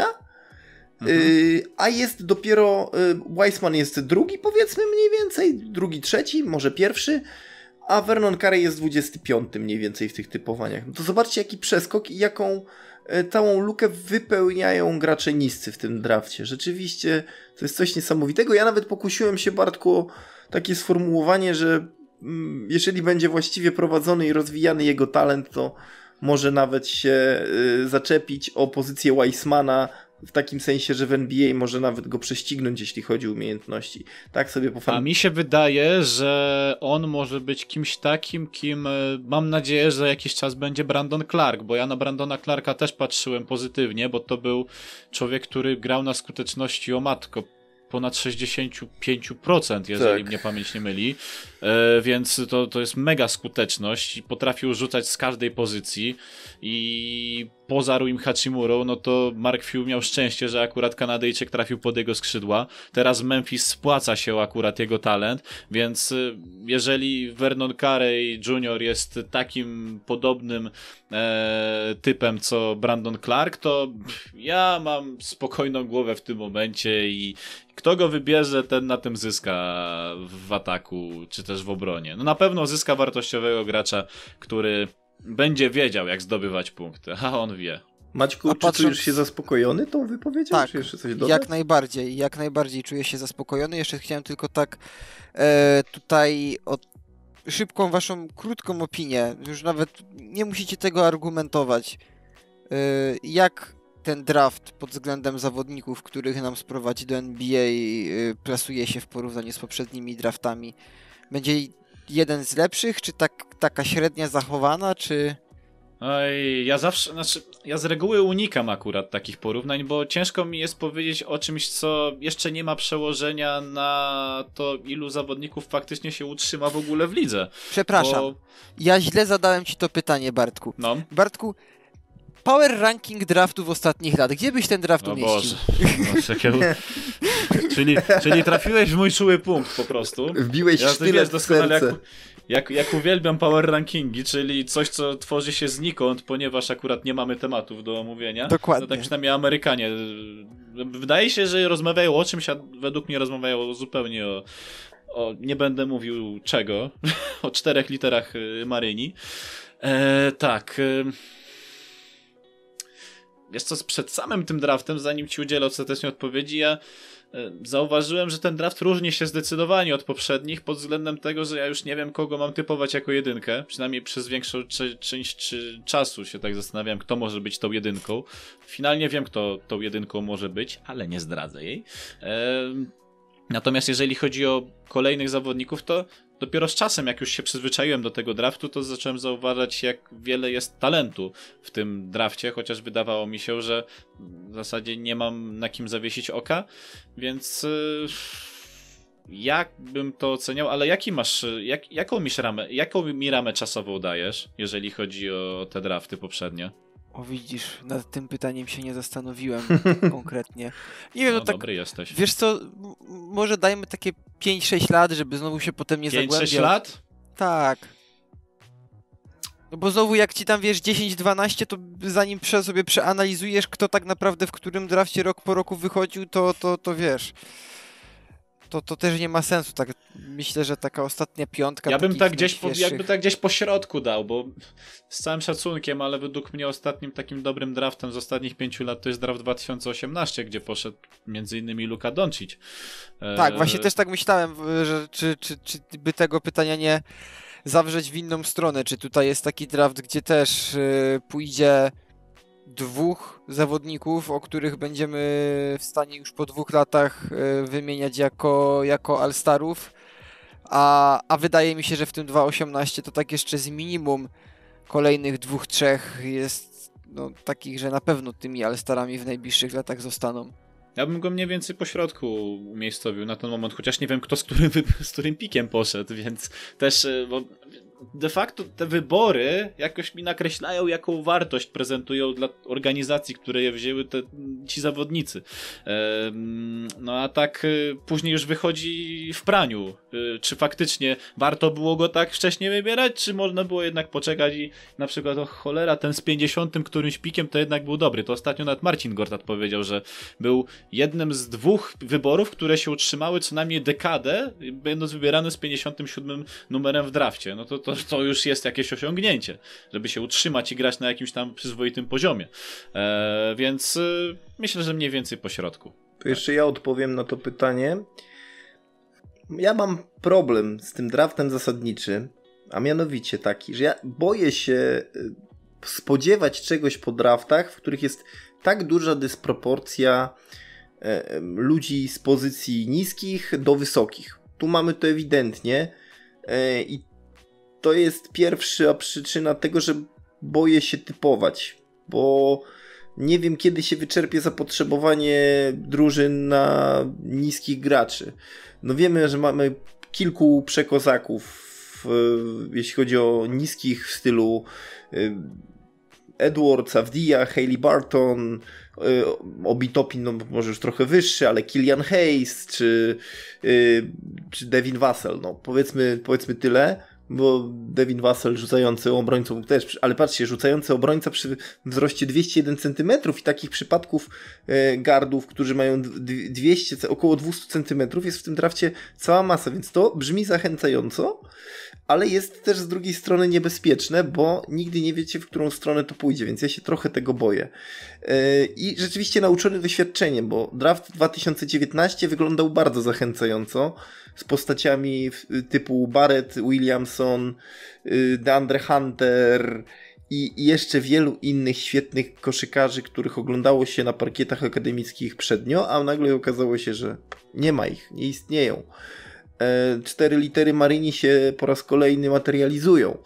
a jest dopiero, Wiseman jest drugi, powiedzmy mniej więcej, drugi, trzeci, może pierwszy, a Vernon Carey jest 25 mniej więcej w tych typowaniach. No to zobaczcie jaki przeskok i jaką całą lukę wypełniają gracze niscy w tym drafcie. Rzeczywiście to jest coś niesamowitego. Ja nawet pokusiłem się, Bartku, o takie sformułowanie, że jeżeli będzie właściwie prowadzony i rozwijany jego talent, to może nawet się zaczepić o pozycję Wisemana w takim sensie, że w NBA może nawet go prześcignąć, jeśli chodzi o umiejętności. Tak sobie A mi się wydaje, że on może być kimś takim, kim mam nadzieję, że jakiś czas będzie Brandon Clark, bo ja na Brandona Clarka też patrzyłem pozytywnie, bo to był człowiek, który grał na skuteczności o matko ponad 65%, jeżeli mnie pamięć nie myli, więc to jest mega skuteczność i potrafił rzucać z każdej pozycji i poza Ruim Hachimurą, no to Mark Few miał szczęście, że akurat Kanadyjczyk trafił pod jego skrzydła. Teraz w Memphis spłaca się akurat jego talent, więc jeżeli Vernon Carey Jr. jest takim podobnym typem co Brandon Clark, to ja mam spokojną głowę w tym momencie i kto go wybierze, ten na tym zyska w ataku, czy też w obronie. No na pewno zyska wartościowego gracza, który będzie wiedział, jak zdobywać punkty, a on wie. Maćku, czy czujesz się zaspokojony tą wypowiedzią? Tak, czy jeszcze coś dodać? jak najbardziej czuję się zaspokojony. Jeszcze chciałem tylko tak tutaj szybką waszą krótką opinię, już nawet nie musicie tego argumentować. Jak ten draft pod względem zawodników, których nam sprowadzi do NBA, plasuje się w porównaniu z poprzednimi draftami? Będzie jeden z lepszych, czy taka średnia zachowana, czy... Oj, ja z reguły unikam akurat takich porównań, bo ciężko mi jest powiedzieć o czymś, co jeszcze nie ma przełożenia na to, ilu zawodników faktycznie się utrzyma w ogóle w lidze. Przepraszam, ja źle zadałem ci to pytanie, Bartku. No. Bartku, power ranking draftów ostatnich lat. Gdzie byś ten draft umieścił? Boże. Czyli trafiłeś w mój czuły punkt po prostu. Wbiłeś sztylet w serce. Jak uwielbiam power rankingi, czyli coś, co tworzy się znikąd, ponieważ akurat nie mamy tematów do omówienia. Dokładnie. No tak przynajmniej Amerykanie. Wydaje się, że rozmawiają o czymś, a według mnie rozmawiają zupełnie nie będę mówił czego, o 4 literach Maryni. Tak. Wiesz co, przed samym tym draftem, zanim ci udzielę ostatecznie odpowiedzi, ja zauważyłem, że ten draft różni się zdecydowanie od poprzednich pod względem tego, że ja już nie wiem, kogo mam typować jako jedynkę. Przynajmniej przez większą część czasu się tak zastanawiam, kto może być tą jedynką. Finalnie wiem, kto tą jedynką może być, ale nie zdradzę jej. Natomiast jeżeli chodzi o kolejnych zawodników, to dopiero z czasem, jak już się przyzwyczaiłem do tego draftu, to zacząłem zauważać, jak wiele jest talentu w tym drafcie, chociaż wydawało mi się, że w zasadzie nie mam na kim zawiesić oka, więc jak bym to oceniał, ale jaką mi ramę czasową dajesz, jeżeli chodzi o te drafty poprzednie? O widzisz, nad tym pytaniem się nie zastanowiłem konkretnie. Nie wiem, no tak, dobry jesteś. Wiesz co, może dajmy takie 5-6 lat, żeby znowu się potem nie zagłębiać. 5-6 lat? Tak. No bo znowu jak ci tam wiesz 10-12, to zanim sobie przeanalizujesz, kto tak naprawdę w którym drafcie rok po roku wychodził, to wiesz... To też nie ma sensu, tak myślę, że taka ostatnia piątka... Ja bym tak gdzieś po środku dał, bo z całym szacunkiem, ale według mnie ostatnim takim dobrym draftem z ostatnich 5 lat to jest draft 2018, gdzie poszedł m.in. Luka Doncic. Tak, właśnie też tak myślałem, że czy by tego pytania nie zawrzeć w inną stronę, czy tutaj jest taki draft, gdzie też pójdzie 2 zawodników, o których będziemy w stanie już po 2 latach wymieniać jako All-Starów, a wydaje mi się, że w tym 2.18 to tak jeszcze z minimum kolejnych 2-3 jest takich, że na pewno tymi All-Starami w najbliższych latach zostaną. Ja bym go mniej więcej po środku umiejscowił na ten moment, chociaż nie wiem, kto z którym pikiem poszedł, więc też... Bo de facto te wybory jakoś mi nakreślają, jaką wartość prezentują dla organizacji, które je wzięły ci zawodnicy. No a tak później już wychodzi w praniu. Czy faktycznie warto było go tak wcześnie wybierać, czy można było jednak poczekać i na przykład cholera, ten z 50 którymś pikiem to jednak był dobry. To ostatnio nawet Marcin Gortat powiedział, że był jednym z 2 wyborów, które się utrzymały co najmniej dekadę, będąc wybierany z 57 numerem w drafcie. No to już jest jakieś osiągnięcie, żeby się utrzymać i grać na jakimś tam przyzwoitym poziomie. Więc myślę, że mniej więcej po środku. To jeszcze ja odpowiem na to pytanie. Ja mam problem z tym draftem zasadniczym, a mianowicie taki, że ja boję się spodziewać czegoś po draftach, w których jest tak duża dysproporcja ludzi z pozycji niskich do wysokich. Tu mamy to ewidentnie i to jest pierwsza przyczyna tego, że boję się typować, bo nie wiem, kiedy się wyczerpie zapotrzebowanie drużyn na niskich graczy. No wiemy, że mamy kilku przekozaków, jeśli chodzi o niskich w stylu Edwards, Avdia, Hailey Barton, Obi Toppin, no może już trochę wyższy, ale Killian Hayes czy Devin Vassell, no powiedzmy tyle. bo Devin Vassell rzucający obrońcą też, ale patrzcie, rzucający obrońca przy wzroście 201 cm i takich przypadków guardów, którzy mają 200, około 200 cm jest w tym drafcie cała masa, więc to brzmi zachęcająco, ale jest też z drugiej strony niebezpieczne, bo nigdy nie wiecie, w którą stronę to pójdzie, więc ja się trochę tego boję. I rzeczywiście nauczony doświadczeniem, bo draft 2019 wyglądał bardzo zachęcająco, z postaciami typu Barrett, Williamson, DeAndre Hunter i jeszcze wielu innych świetnych koszykarzy, których oglądało się na parkietach akademickich przednio, a nagle okazało się, że nie ma ich, nie istnieją. 4 litery Marini się po raz kolejny materializują.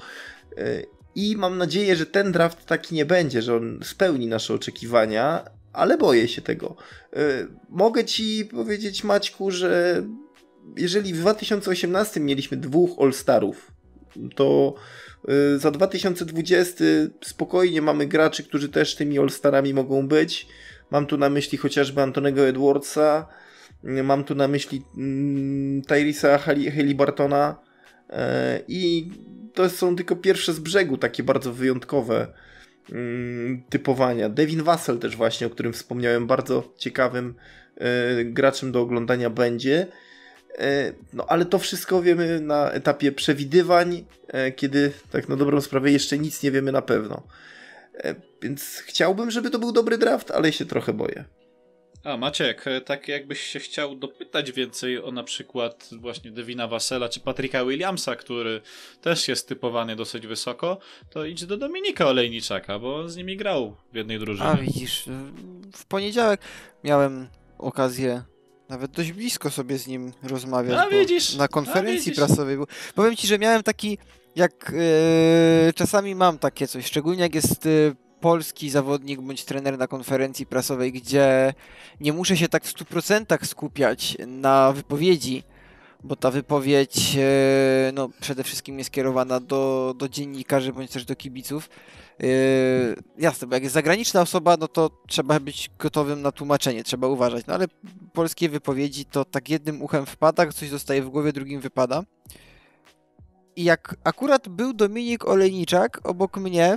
I mam nadzieję, że ten draft taki nie będzie, że on spełni nasze oczekiwania, ale boję się tego. Mogę ci powiedzieć, Maćku, że jeżeli w 2018 mieliśmy 2 All-Starów, to za 2020 spokojnie mamy graczy, którzy też tymi All-Starami mogą być. Mam tu na myśli chociażby Antonego Edwardsa, mam tu na myśli Tyresa Haliburtona i to są tylko pierwsze z brzegu takie bardzo wyjątkowe typowania. Devin Vassell też właśnie, o którym wspomniałem, bardzo ciekawym graczem do oglądania będzie. No ale to wszystko wiemy na etapie przewidywań, kiedy tak na dobrą sprawę jeszcze nic nie wiemy na pewno. Więc chciałbym, żeby to był dobry draft, ale się trochę boję. A Maciek, tak jakbyś się chciał dopytać więcej o na przykład właśnie Devina Vassella czy Patricka Williamsa, który też jest typowany dosyć wysoko, to idź do Dominika Olejniczaka, bo on z nimi grał w jednej drużynie. A widzisz, w poniedziałek miałem okazję nawet dość blisko sobie z nim rozmawiać. Na konferencji prasowej. Powiem ci, że miałem taki, jak czasami mam takie coś, szczególnie jak jest polski zawodnik bądź trener na konferencji prasowej, gdzie nie muszę się tak w 100% skupiać na wypowiedzi, bo ta wypowiedź no, przede wszystkim jest kierowana do dziennikarzy bądź też do kibiców. Jasne, bo jak jest zagraniczna osoba, no to trzeba być gotowym na tłumaczenie, trzeba uważać. No ale polskie wypowiedzi to tak jednym uchem wpada, coś zostaje w głowie, drugim wypada. I jak akurat był Dominik Olejniczak obok mnie,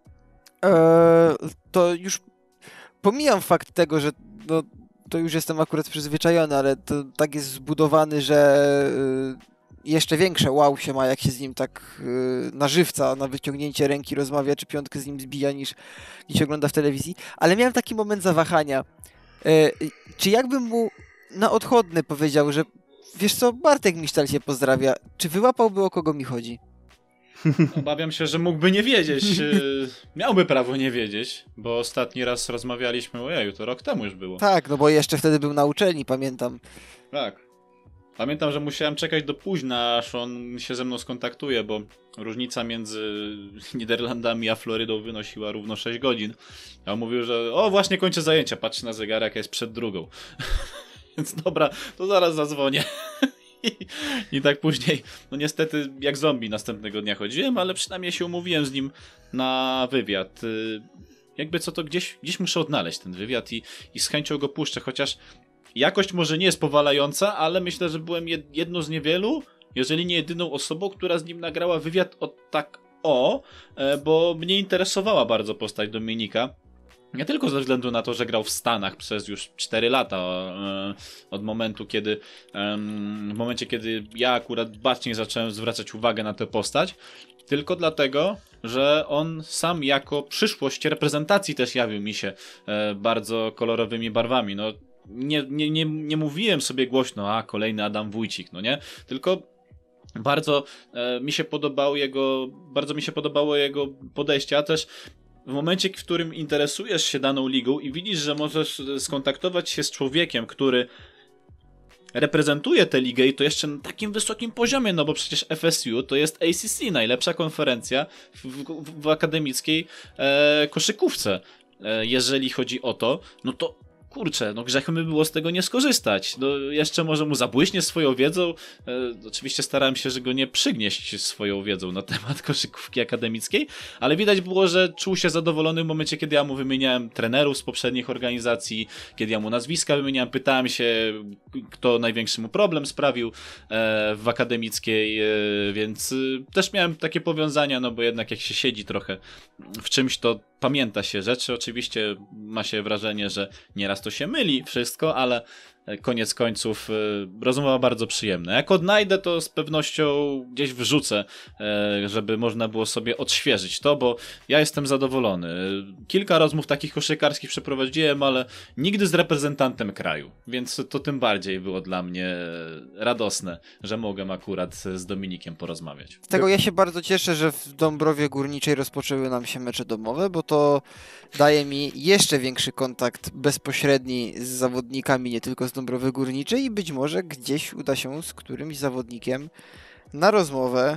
to już pomijam fakt tego, że no, to już jestem akurat przyzwyczajony, ale to tak jest zbudowany, że jeszcze większe wow się ma, jak się z nim tak na żywca, na wyciągnięcie ręki rozmawia, czy piątkę z nim zbija, niż się ogląda w telewizji. Ale miałem taki moment zawahania. Czy jakbym mu na odchodny powiedział, że wiesz co, Bartek Misztal się pozdrawia, czy wyłapałby, o kogo mi chodzi? Obawiam się, że mógłby nie wiedzieć. Miałby prawo nie wiedzieć, bo ostatni raz rozmawialiśmy, ojeju, to rok temu już było. Tak, no bo jeszcze wtedy był na uczelni, pamiętam. Tak. Pamiętam, że musiałem czekać do późna, aż on się ze mną skontaktuje, bo różnica między Niderlandami a Florydą wynosiła równo 6 godzin. A on mówił, że o, właśnie kończę zajęcia, patrzę na zegarek, jest przed drugą. Więc dobra, to zaraz zadzwonię. I tak później, no niestety jak zombie następnego dnia chodziłem, ale przynajmniej się umówiłem z nim na wywiad. Jakby co to gdzieś muszę odnaleźć ten wywiad i z chęcią go puszczę, chociaż jakość może nie jest powalająca, ale myślę, że byłem jedną z niewielu, jeżeli nie jedyną osobą, która z nim nagrała wywiad bo mnie interesowała bardzo postać Dominika. Nie tylko ze względu na to, że grał w Stanach przez już 4 lata od momentu, w momencie, kiedy ja akurat bacznie zacząłem zwracać uwagę na tę postać, tylko dlatego, że on sam jako przyszłość reprezentacji też jawił mi się bardzo kolorowymi barwami. No, nie mówiłem sobie głośno, kolejny Adam Wójcik, no nie? Tylko bardzo mi się podobało jego podejście, a też w momencie, w którym interesujesz się daną ligą i widzisz, że możesz skontaktować się z człowiekiem, który reprezentuje tę ligę i to jeszcze na takim wysokim poziomie, no bo przecież FSU to jest ACC, najlepsza konferencja w akademickiej koszykówce. Jeżeli chodzi o to, no to kurczę, no grzechem by było z tego nie skorzystać. No, jeszcze może mu zabłyśnie swoją wiedzą. Oczywiście starałem się, że go nie przygnieść swoją wiedzą na temat koszykówki akademickiej, ale widać było, że czuł się zadowolony w momencie, kiedy ja mu wymieniałem trenerów z poprzednich organizacji, kiedy ja mu nazwiska wymieniałem, pytałem się, kto największy mu problem sprawił w akademickiej, więc też miałem takie powiązania, no bo jednak jak się siedzi trochę w czymś, to pamięta się rzeczy. Oczywiście ma się wrażenie, że nieraz to się myli wszystko, ale koniec końców rozmowa bardzo przyjemna. Jak odnajdę, to z pewnością gdzieś wrzucę, żeby można było sobie odświeżyć to, bo ja jestem zadowolony. Kilka rozmów takich koszykarskich przeprowadziłem, ale nigdy z reprezentantem kraju, więc to tym bardziej było dla mnie radosne, że mogłem akurat z Dominikiem porozmawiać. Z tego ja się bardzo cieszę, że w Dąbrowie Górniczej rozpoczęły nam się mecze domowe, bo to daje mi jeszcze większy kontakt bezpośredni z zawodnikami, nie tylko z Dąbrowy Górniczej, i być może gdzieś uda się z którymś zawodnikiem na rozmowę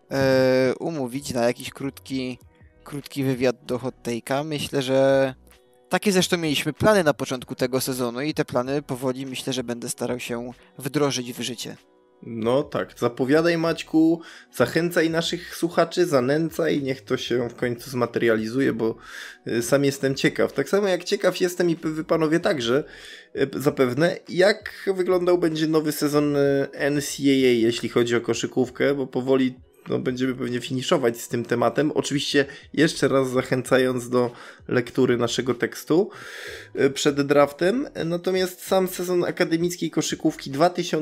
umówić na jakiś krótki wywiad do hot take'a. Myślę, że takie zresztą mieliśmy plany na początku tego sezonu i te plany powoli, myślę, że będę starał się wdrożyć w życie. No tak, zapowiadaj, Maćku, zachęcaj naszych słuchaczy, zanęcaj, niech to się w końcu zmaterializuje, bo sam jestem ciekaw. Tak samo jak ciekaw jestem i wy panowie także zapewne, jak wyglądał będzie nowy sezon NCAA, jeśli chodzi o koszykówkę, bo powoli będziemy pewnie finiszować z tym tematem. Oczywiście jeszcze raz zachęcając do lektury naszego tekstu przed draftem. Natomiast sam sezon akademickiej koszykówki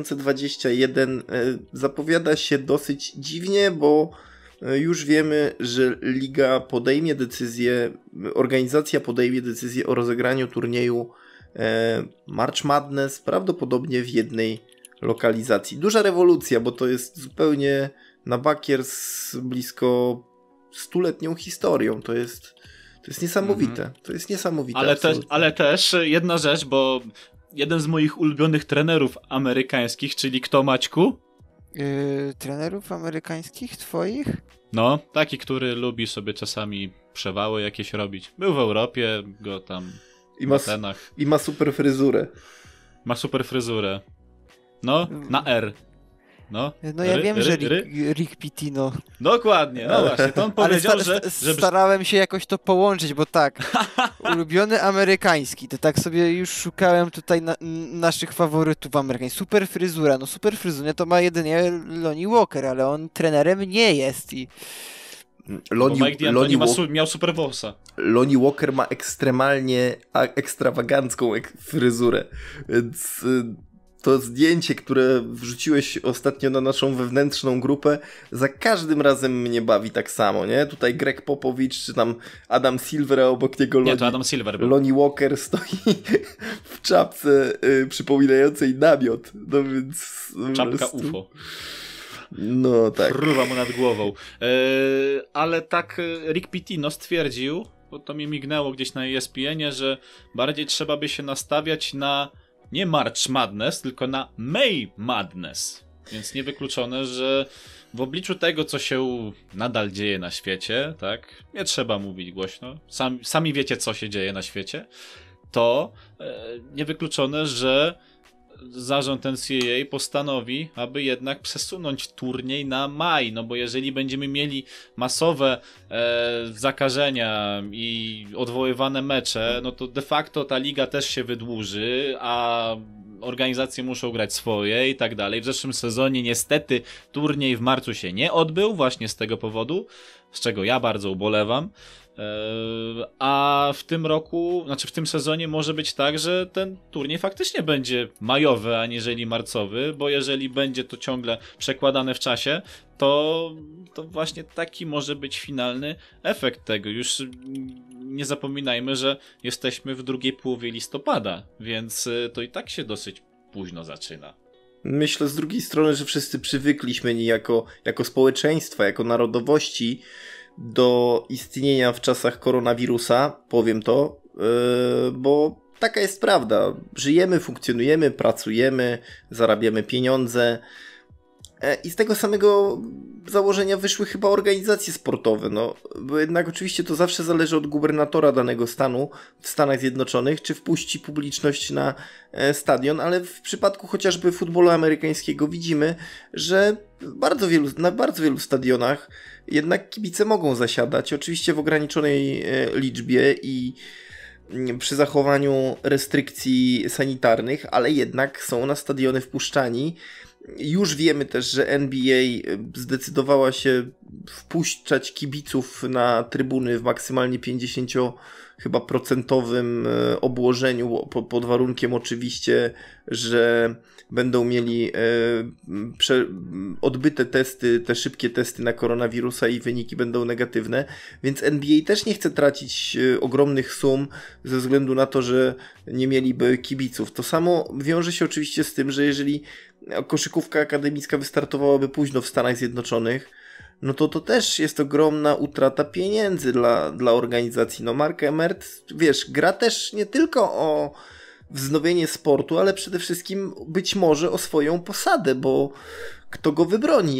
2021 zapowiada się dosyć dziwnie, bo już wiemy, że liga podejmie decyzję, organizacja podejmie decyzję o rozegraniu turnieju March Madness prawdopodobnie w jednej lokalizacji. Duża rewolucja, bo to jest zupełnie na bakier z blisko 100-letnią historią. To jest niesamowite. To jest niesamowite. Ale też jedna rzecz, bo jeden z moich ulubionych trenerów amerykańskich, czyli kto, Maćku? Trenerów amerykańskich twoich? No, taki, który lubi sobie czasami przewały jakieś robić. Był w Europie, go tam w Atenach. I ma super fryzurę. Ma super fryzurę. No, na R. No ja wiem, że Rick Pitino. Dokładnie, no właśnie, to on powiedział, że... Starałem się jakoś to połączyć, bo tak, ulubiony amerykański, to tak sobie już szukałem tutaj naszych faworytów amerykańskich. Super fryzurę to ma jedynie Lonnie Walker, ale on trenerem nie jest i... Mike D'Antoni miał super włosa. Lonnie Walker ma ekstremalnie ekstrawagancką fryzurę, więc... To zdjęcie, które wrzuciłeś ostatnio na naszą wewnętrzną grupę, za każdym razem mnie bawi tak samo, nie? Tutaj Greg Popovich, czy tam Adam Silver, a obok niego to Adam Silver był. Lonnie Walker stoi w czapce przypominającej namiot. No więc... Czapka UFO. No tak. Fruwa mu nad głową. Ale tak Rick Pitino stwierdził, bo to mi mignęło gdzieś na ESPN-ie, że bardziej trzeba by się nastawiać na nie March Madness, tylko na May Madness. Więc niewykluczone, że w obliczu tego, co się nadal dzieje na świecie, tak, nie trzeba mówić głośno, sami wiecie, co się dzieje na świecie, to niewykluczone, że zarząd NCAA postanowi, aby jednak przesunąć turniej na maj, no bo jeżeli będziemy mieli masowe zakażenia i odwoływane mecze, no to de facto ta liga też się wydłuży, a organizacje muszą grać swoje i tak dalej. W zeszłym sezonie niestety turniej w marcu się nie odbył, właśnie z tego powodu, z czego ja bardzo ubolewam. A w tym roku, znaczy w tym sezonie może być tak, że ten turniej faktycznie będzie majowy, aniżeli marcowy, bo jeżeli będzie to ciągle przekładane w czasie, to właśnie taki może być finalny efekt tego. Już nie zapominajmy, że jesteśmy w drugiej połowie listopada, więc to i tak się dosyć późno zaczyna. Myślę z drugiej strony, że wszyscy przywykliśmy jako społeczeństwa, jako narodowości do istnienia w czasach koronawirusa, powiem to, bo taka jest prawda. Żyjemy, funkcjonujemy, pracujemy, zarabiamy pieniądze I z tego samego założenia wyszły chyba organizacje sportowe, no, bo jednak oczywiście to zawsze zależy od gubernatora danego stanu w Stanach Zjednoczonych, czy wpuści publiczność na stadion, ale w przypadku chociażby futbolu amerykańskiego widzimy, że na bardzo wielu stadionach jednak kibice mogą zasiadać, oczywiście w ograniczonej liczbie i przy zachowaniu restrykcji sanitarnych, ale jednak są na stadiony wpuszczani. Już wiemy też, że NBA zdecydowała się wpuszczać kibiców na trybuny w maksymalnie 50% chyba procentowym obłożeniu, pod warunkiem oczywiście, że będą mieli odbyte testy, te szybkie testy na koronawirusa i wyniki będą negatywne, więc NBA też nie chce tracić ogromnych sum ze względu na to, że nie mieliby kibiców. To samo wiąże się oczywiście z tym, że jeżeli koszykówka akademicka wystartowałaby późno w Stanach Zjednoczonych, no to też jest ogromna utrata pieniędzy dla organizacji. No Mark Emmert, wiesz, gra też nie tylko o wznowienie sportu, ale przede wszystkim być może o swoją posadę, bo kto go wybroni,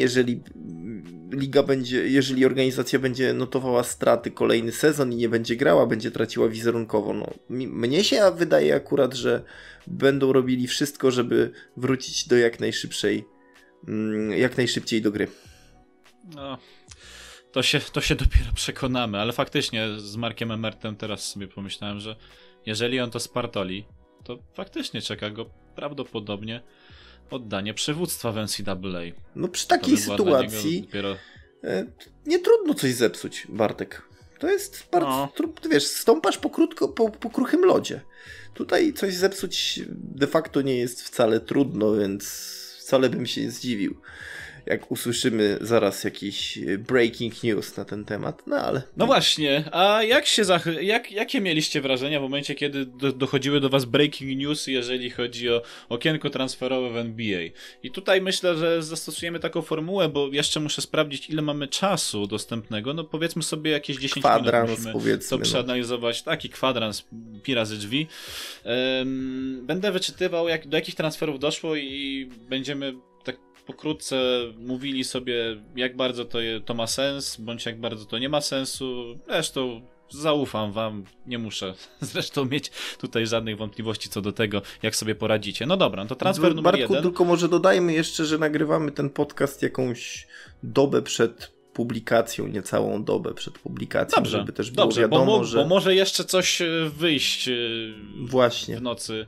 jeżeli organizacja będzie notowała straty kolejny sezon i nie będzie grała, będzie traciła wizerunkowo. No, mnie się wydaje akurat, że będą robili wszystko, żeby wrócić do jak najszybciej do gry. No, to się dopiero przekonamy, ale faktycznie z Markiem Emmertem teraz sobie pomyślałem, że jeżeli on to spartoli, to faktycznie czeka go prawdopodobnie oddanie przywództwa w NCAA. No przy takiej sytuacji dopiero... nie trudno coś zepsuć, Bartek. To jest bardzo, wiesz, stąpasz po kruchym lodzie. Tutaj coś zepsuć de facto nie jest wcale trudno, więc wcale bym się nie zdziwił, jak usłyszymy zaraz jakiś breaking news na ten temat, no ale... No właśnie, a jakie mieliście wrażenia w momencie, kiedy dochodziły do was breaking news, jeżeli chodzi o okienko transferowe w NBA? I tutaj myślę, że zastosujemy taką formułę, bo jeszcze muszę sprawdzić, ile mamy czasu dostępnego, no powiedzmy sobie jakieś 10 kwadrans, minut musimy powiedzmy, to przeanalizować, taki kwadrans, pi razy drzwi. Będę wyczytywał, do jakich transferów doszło i będziemy pokrótce mówili sobie, jak bardzo to ma sens, bądź jak bardzo to nie ma sensu. Zresztą zaufam wam, nie muszę zresztą mieć tutaj żadnych wątpliwości co do tego, jak sobie poradzicie. No dobra, to transfer numer Bartku, 1. tylko może dodajmy jeszcze, że nagrywamy ten podcast jakąś dobę przed publikacją, nie całą dobę przed publikacją, dobrze, żeby też było wiadomo, że... Bo może jeszcze coś wyjść właśnie w nocy.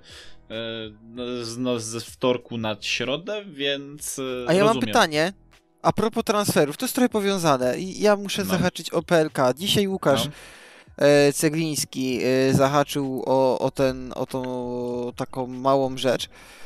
Ze wtorku na środę, więc A ja rozumiem. mam pytanie, a propos transferów, to jest trochę powiązane i ja muszę zahaczyć o PLK. Dzisiaj Łukasz Cegliński zahaczył o tą taką małą rzecz.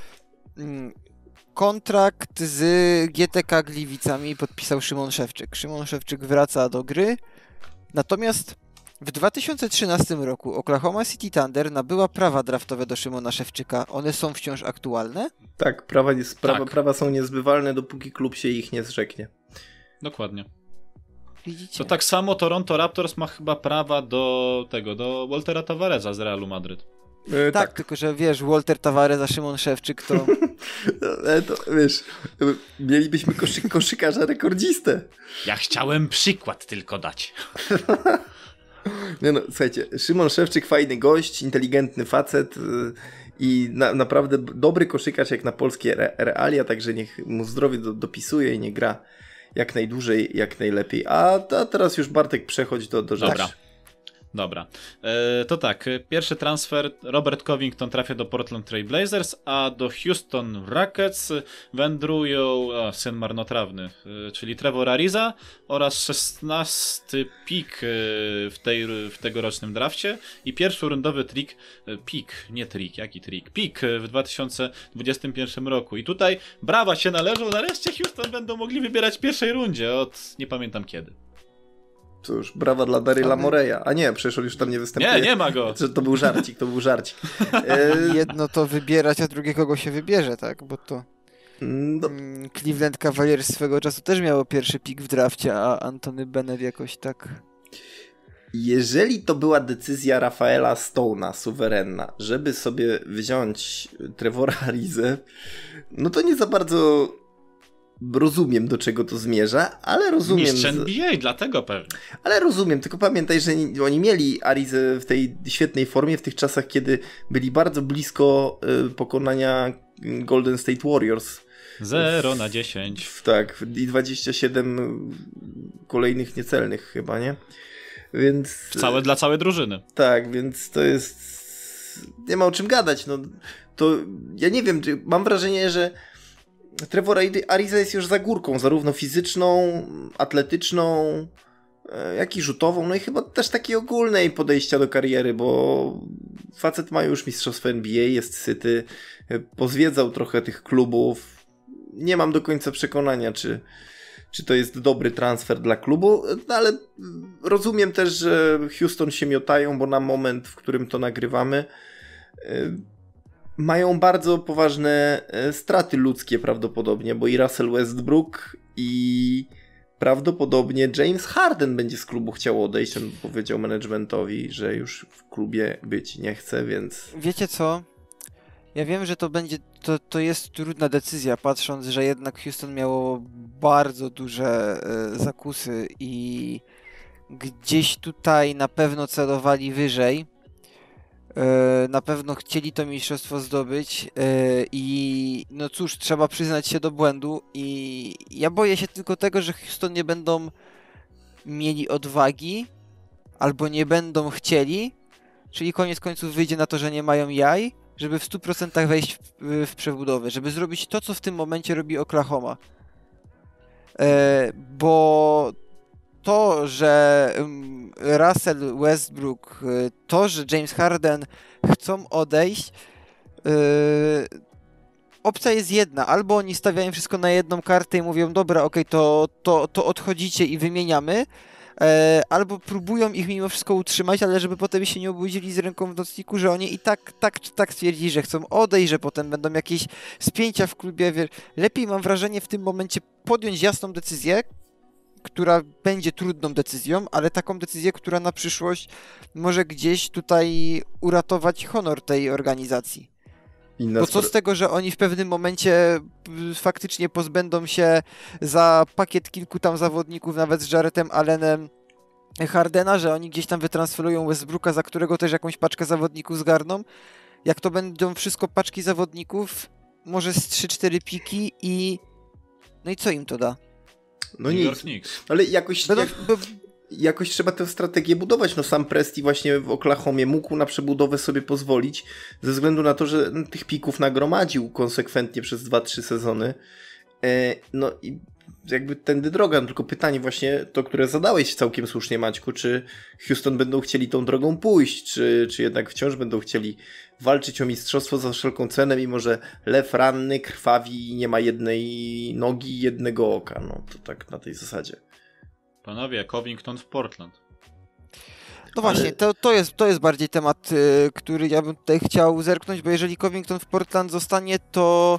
Kontrakt z GTK Gliwicami podpisał Szymon Szewczyk. Szymon Szewczyk wraca do gry, natomiast w 2013 roku Oklahoma City Thunder nabyła prawa draftowe do Szymona Szewczyka. One są wciąż aktualne? Tak, prawa są niezbywalne, dopóki klub się ich nie zrzeknie. Dokładnie. Widzicie? To tak samo Toronto Raptors ma chyba prawa do Waltera Tavareza z Realu Madryt. Tak, tylko że wiesz, Walter Tavares a Szymon Szewczyk to... to wiesz, mielibyśmy koszykarza rekordzistę. Ja chciałem przykład tylko dać. Nie no, słuchajcie, Szymon Szewczyk fajny gość, inteligentny facet i naprawdę dobry koszykarz jak na polskie realia, także niech mu zdrowie dopisuje i nie gra jak najdłużej, jak najlepiej. A teraz już Bartek przechodź do rzeczy. Dobra. To tak, pierwszy transfer, Robert Covington trafia do Portland Trail Blazers, a do Houston Rockets wędrują syn marnotrawny, czyli Trevor Ariza oraz 16 pick w tegorocznym drafcie i pierwszorundowy pick w 2021 roku. I tutaj brawa się należą, nareszcie Houston będą mogli wybierać w pierwszej rundzie od nie pamiętam kiedy. Cóż, brawa dla Daryla Moreya. A nie, przecież on już tam nie występuje. Nie ma go. To był żarcik. Jedno to wybierać, a drugie kogo się wybierze, tak? Bo to Cleveland Cavaliers swego czasu też miało pierwszy pik w drafcie, a Antony Bennett jakoś tak... Jeżeli to była decyzja Rafaela Stone'a, suwerenna, żeby sobie wziąć Trevora Arizę, no to nie za bardzo rozumiem, do czego to zmierza, ale rozumiem... Mistrz NBA, dlatego pewnie. Ale rozumiem, tylko pamiętaj, że oni mieli Arizę w tej świetnej formie w tych czasach, kiedy byli bardzo blisko pokonania Golden State Warriors. 0-10. Tak, i 27 kolejnych niecelnych chyba, nie? Więc... Dla całej drużyny. Tak, więc to jest... Nie ma o czym gadać, no. To ja nie wiem, mam wrażenie, że Trevor Ariza jest już za górką, zarówno fizyczną, atletyczną, jak i rzutową, no i chyba też takiej ogólnej podejścia do kariery, bo facet ma już mistrzostwo NBA, jest syty, pozwiedzał trochę tych klubów. Nie mam do końca przekonania, czy to jest dobry transfer dla klubu, no ale rozumiem też, że Houston się miotają, bo na moment, w którym to nagrywamy, mają bardzo poważne straty ludzkie prawdopodobnie, bo i Russell Westbrook i prawdopodobnie James Harden będzie z klubu chciał odejść. On powiedział managementowi, że już w klubie być nie chce, więc... Wiecie co? Ja wiem, że to jest trudna decyzja, patrząc, że jednak Houston miało bardzo duże zakusy i gdzieś tutaj na pewno celowali wyżej. Na pewno chcieli to mistrzostwo zdobyć i no cóż, trzeba przyznać się do błędu i ja boję się tylko tego, że Houston nie będą mieli odwagi albo nie będą chcieli, czyli koniec końców wyjdzie na to, że nie mają jaj, żeby w 100% wejść w przebudowę, żeby zrobić to, co w tym momencie robi Oklahoma. Bo to, że Russell Westbrook, to, że James Harden chcą odejść, opcja jest jedna. Albo oni stawiają wszystko na jedną kartę i mówią, dobra, okej, to odchodzicie i wymieniamy, albo próbują ich mimo wszystko utrzymać, ale żeby potem się nie obudzili z ręką w nocniku, że oni i tak stwierdzili, że chcą odejść, że potem będą jakieś spięcia w klubie. Lepiej, mam wrażenie, w tym momencie podjąć jasną decyzję, która będzie trudną decyzją, ale taką decyzję, która na przyszłość może gdzieś tutaj uratować honor tej organizacji. Bo co z tego, że oni w pewnym momencie faktycznie pozbędą się za pakiet kilku tam zawodników, nawet z Jarrettem Allenem, Hardena, że oni gdzieś tam wytransferują Westbrooka, za którego też jakąś paczkę zawodników zgarną. Jak to będą wszystko paczki zawodników, może z 3-4 piki i... No i co im to da? No nic, ale jakoś trzeba tę strategię budować. No sam Presti właśnie w Oklahomie mógł na przebudowę sobie pozwolić, ze względu na to, że tych pików nagromadził konsekwentnie przez 2-3 sezony. No i jakby tędy droga, no tylko pytanie właśnie to, które zadałeś całkiem słusznie, Maćku, czy Houston będą chcieli tą drogą pójść, czy jednak wciąż będą chcieli walczyć o mistrzostwo za wszelką cenę, mimo że lew ranny, krwawi i nie ma jednej nogi, jednego oka. No to tak na tej zasadzie. Panowie, Covington w Portland. No właśnie, to jest bardziej temat, który ja bym tutaj chciał zerknąć, bo jeżeli Covington w Portland zostanie, to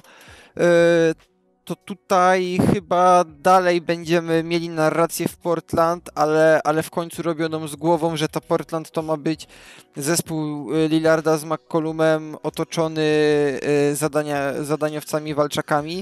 tutaj chyba dalej będziemy mieli narrację w Portland, ale w końcu robioną z głową, że to Portland to ma być zespół Lillarda z McCollumem otoczony zadaniowcami, walczakami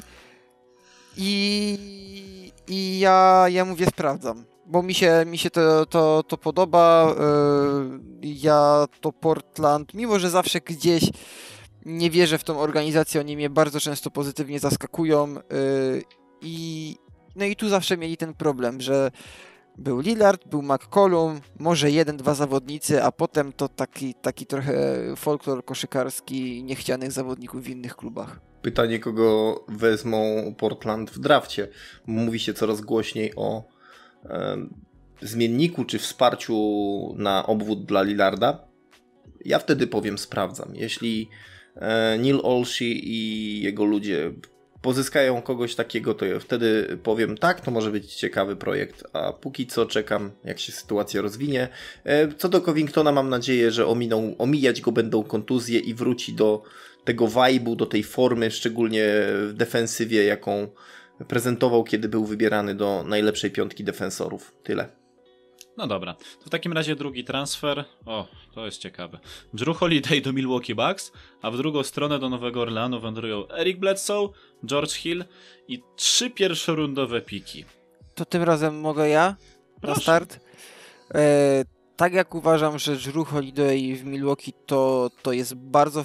i ja mówię sprawdzam, bo mi się to podoba. Ja to Portland, mimo że zawsze gdzieś nie wierzę w tą organizację, oni mnie bardzo często pozytywnie zaskakują i tu zawsze mieli ten problem, że był Lillard, był McCollum, może 1-2 zawodnicy, a potem to taki trochę folklor koszykarski niechcianych zawodników w innych klubach. Pytanie, kogo wezmą Portland w drafcie. Mówi się coraz głośniej o zmienniku czy wsparciu na obwód dla Lillarda. Ja wtedy powiem sprawdzam. Jeśli Neil Olshey i jego ludzie pozyskają kogoś takiego, to ja wtedy powiem tak, to może być ciekawy projekt, a póki co czekam, jak się sytuacja rozwinie. Co do Covingtona, mam nadzieję, że omijać go będą kontuzje i wróci do tego vibe'u, do tej formy, szczególnie w defensywie, jaką prezentował, kiedy był wybierany do najlepszej piątki defensorów. Tyle. No dobra, to w takim razie drugi transfer. O, to jest ciekawe. Jrue Holiday do Milwaukee Bucks, a w drugą stronę do Nowego Orleanu wędrują Eric Bledsoe, George Hill i 3 pierwszorundowe piki. To tym razem mogę ja Proszę. na start. Tak jak uważam, że Jrue Holiday w Milwaukee to jest bardzo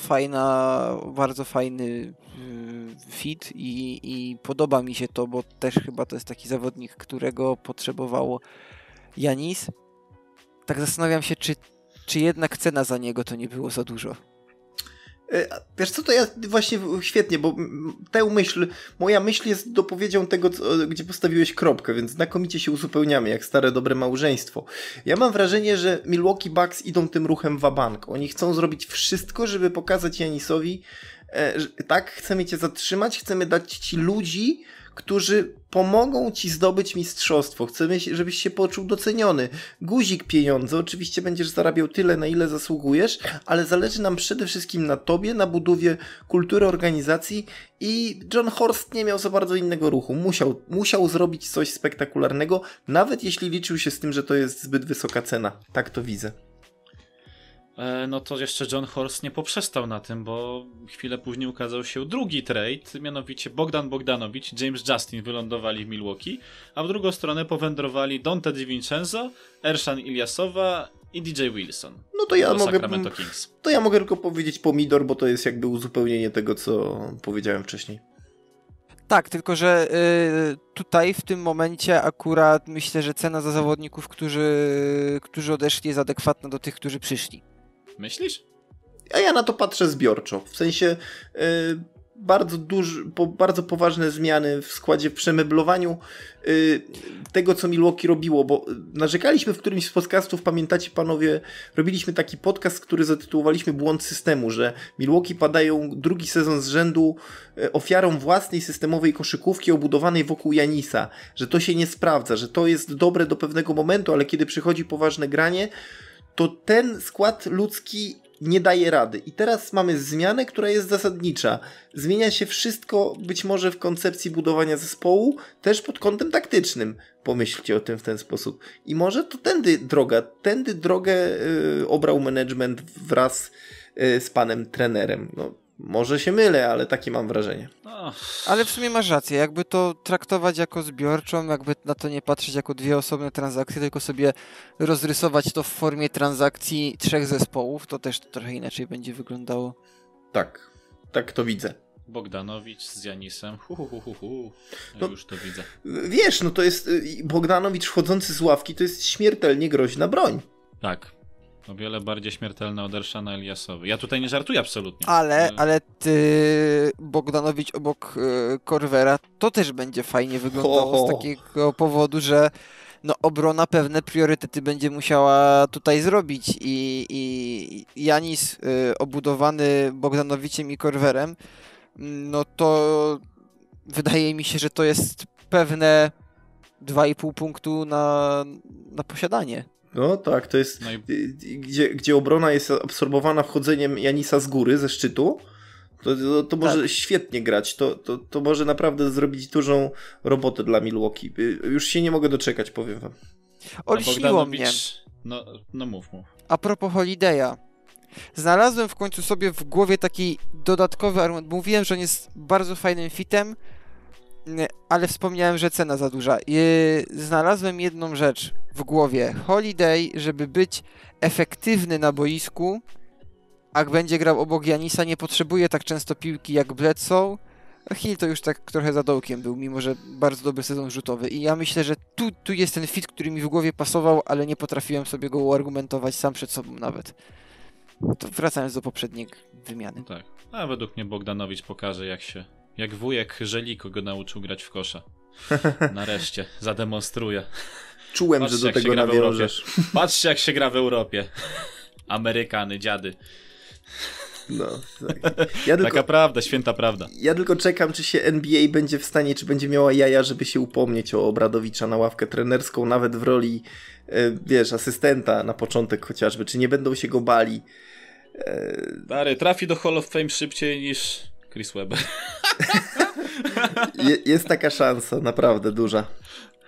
fajny fit i podoba mi się to, bo też chyba to jest taki zawodnik, którego potrzebowało Giannis. Tak zastanawiam się, czy jednak cena za niego to nie było za dużo. Wiesz co, to ja właśnie świetnie, bo moja myśl jest dopowiedzią tego, gdzie postawiłeś kropkę, więc znakomicie się uzupełniamy, jak stare dobre małżeństwo. Ja mam wrażenie, że Milwaukee Bucks idą tym ruchem wabank. Oni chcą zrobić wszystko, żeby pokazać Giannisowi, że tak, chcemy cię zatrzymać, chcemy dać ci ludzi, którzy pomogą ci zdobyć mistrzostwo. Chcemy, żebyś się poczuł doceniony. Guzik pieniądze, oczywiście będziesz zarabiał tyle, na ile zasługujesz, ale zależy nam przede wszystkim na tobie, na budowie kultury organizacji i John Horst nie miał za bardzo innego ruchu. Musiał zrobić coś spektakularnego, nawet jeśli liczył się z tym, że to jest zbyt wysoka cena. Tak to widzę. No to jeszcze John Horst nie poprzestał na tym, bo chwilę później ukazał się drugi trade, mianowicie Bogdan Bogdanovic, James Justin wylądowali w Milwaukee, a w drugą stronę powędrowali Donte DiVincenzo, Ersan Ilyasowa i DJ Wilson. No to ja do Sacramento Kings. To ja mogę tylko powiedzieć pomidor, bo to jest jakby uzupełnienie tego, co powiedziałem wcześniej. Tak, tylko że tutaj w tym momencie akurat myślę, że cena za zawodników, którzy odeszli, jest adekwatna do tych, którzy przyszli. Myślisz? A ja na to patrzę zbiorczo. W sensie bardzo poważne zmiany w składzie, w przemeblowaniu tego, co Milwaukee robiło, bo narzekaliśmy w którymś z podcastów, pamiętacie panowie, robiliśmy taki podcast, który zatytułowaliśmy Błąd systemu, że Milwaukee padają drugi sezon z rzędu ofiarą własnej systemowej koszykówki obudowanej wokół Giannisa, że to się nie sprawdza, że to jest dobre do pewnego momentu, ale kiedy przychodzi poważne granie, to ten skład ludzki nie daje rady. I teraz mamy zmianę, która jest zasadnicza. Zmienia się wszystko być może w koncepcji budowania zespołu, też pod kątem taktycznym. Pomyślcie o tym w ten sposób. I może to tędy drogę obrał management wraz z panem trenerem. No, może się mylę, ale takie mam wrażenie. Ale w sumie masz rację, jakby to traktować jako zbiorczą, jakby na to nie patrzeć jako dwie osobne transakcje, tylko sobie rozrysować to w formie transakcji 3 zespołów, to też trochę inaczej będzie wyglądało. Tak to widzę. Bogdanowicz z Giannisem. No, już to widzę. Wiesz, no to jest Bogdanowicz wchodzący z ławki, to jest śmiertelnie groźna broń. Tak. O wiele bardziej śmiertelne od Erszana Ilyasowy. Ja tutaj nie żartuję absolutnie. Ale ty, Bogdanowicz obok Korwera, to też będzie fajnie wyglądało z takiego powodu, że no, obrona pewne priorytety będzie musiała tutaj zrobić i Giannis obudowany Bogdanowiciem i Korwerem, no to wydaje mi się, że to jest pewne 2,5 punktu na posiadanie. No tak, to jest gdzie obrona jest absorbowana wchodzeniem Giannisa z góry, ze szczytu, to może świetnie grać, to może naprawdę zrobić dużą robotę dla Milwaukee. Już się nie mogę doczekać, powiem wam. Olśniło mnie. No mów. A propos Holiday'a. Znalazłem w końcu sobie w głowie taki dodatkowy argument. Mówiłem, że on jest bardzo fajnym fitem, ale wspomniałem, że cena za duża. Znalazłem jedną rzecz w głowie. Holiday, żeby być efektywny na boisku, jak będzie grał obok Giannisa, nie potrzebuje tak często piłki jak Bledsoe. Hill to już tak trochę za dołkiem był, mimo że bardzo dobry sezon rzutowy. I ja myślę, że tu jest ten fit, który mi w głowie pasował, ale nie potrafiłem sobie go uargumentować sam przed sobą nawet. To wracając do poprzedniej wymiany. Tak. A według mnie Bogdanowicz pokaże, jak wujek Żeliko go nauczył grać w kosza. Nareszcie zademonstruje. Czułem, że do tego nawiążesz. Patrzcie, jak się gra w Europie. Amerykany, dziady. No, tak. Taka prawda, święta prawda. Ja tylko czekam, czy się NBA będzie w stanie, czy będzie miała jaja, żeby się upomnieć o Obradowicza na ławkę trenerską, nawet w roli, asystenta na początek chociażby, czy nie będą się go bali. Stary, trafi do Hall of Fame szybciej niż Chris Webber. Jest taka szansa, naprawdę duża.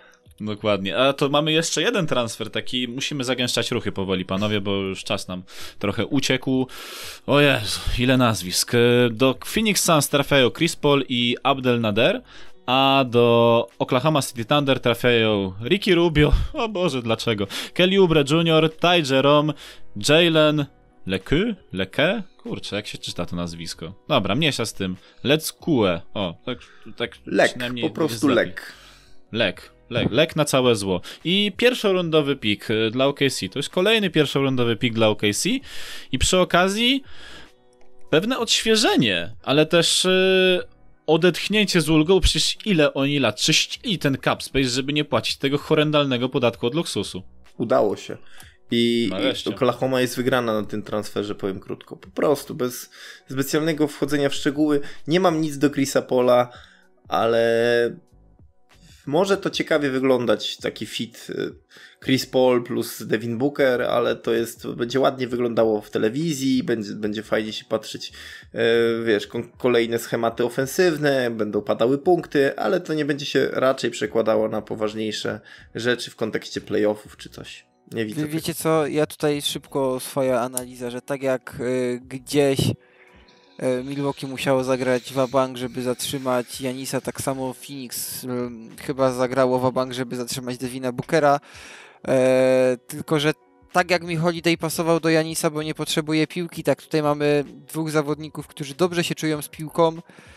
Dokładnie. A to mamy jeszcze jeden transfer, taki musimy zagęszczać ruchy powoli, panowie, bo już czas nam trochę uciekł. O Jezu, ile nazwisk. Do Phoenix Suns trafiają Chris Paul i Abdel Nader, a do Oklahoma City Thunder trafiają Ricky Rubio, o Boże, dlaczego? Kelly Oubre Jr., Ty Jerome, Jalen Leke? Kurczę, jak się czyta to nazwisko? Dobra, mniejsza z tym. Let's Kue. O, tak Lek, przynajmniej po prostu jest lepiej. Lek na całe zło. I pierwszorundowy pik dla OKC. To jest kolejny pierwszorundowy pik dla OKC. I przy okazji pewne odświeżenie, ale też odetchnięcie z ulgą. Przecież ile oni lat czyścili ten cap space, żeby nie płacić tego horrendalnego podatku od luksusu. Udało się. I Nareszcie. Oklahoma jest wygrana na tym transferze, powiem krótko. Po prostu, bez specjalnego wchodzenia w szczegóły. Nie mam nic do Chrisa Paula, ale może to ciekawie wyglądać, taki fit Chris Paul plus Devin Booker, ale będzie ładnie wyglądało w telewizji, będzie fajnie się patrzeć, wiesz, kolejne schematy ofensywne, będą padały punkty, ale to nie będzie się raczej przekładało na poważniejsze rzeczy w kontekście playoffów czy coś. Nie widzę. Wiecie co, ja tutaj szybko swoja analiza, że tak jak gdzieś Milwaukee musiało zagrać wabank, żeby zatrzymać Janisa, tak samo Phoenix chyba zagrało wabank, żeby zatrzymać Devina Bookera, tylko że tak jak mi Holiday pasował do Janisa, bo nie potrzebuje piłki, tak tutaj mamy dwóch zawodników, którzy dobrze się czują z piłką,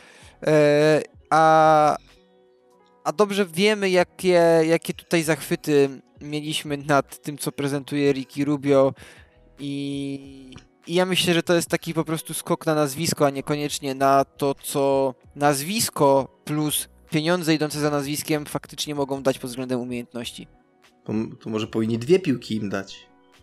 a dobrze wiemy, jakie tutaj zachwyty mieliśmy nad tym, co prezentuje Ricky Rubio i ja myślę, że to jest taki po prostu skok na nazwisko, a niekoniecznie na to, co nazwisko plus pieniądze idące za nazwiskiem faktycznie mogą dać pod względem umiejętności. To może powinni 2 piłki im dać.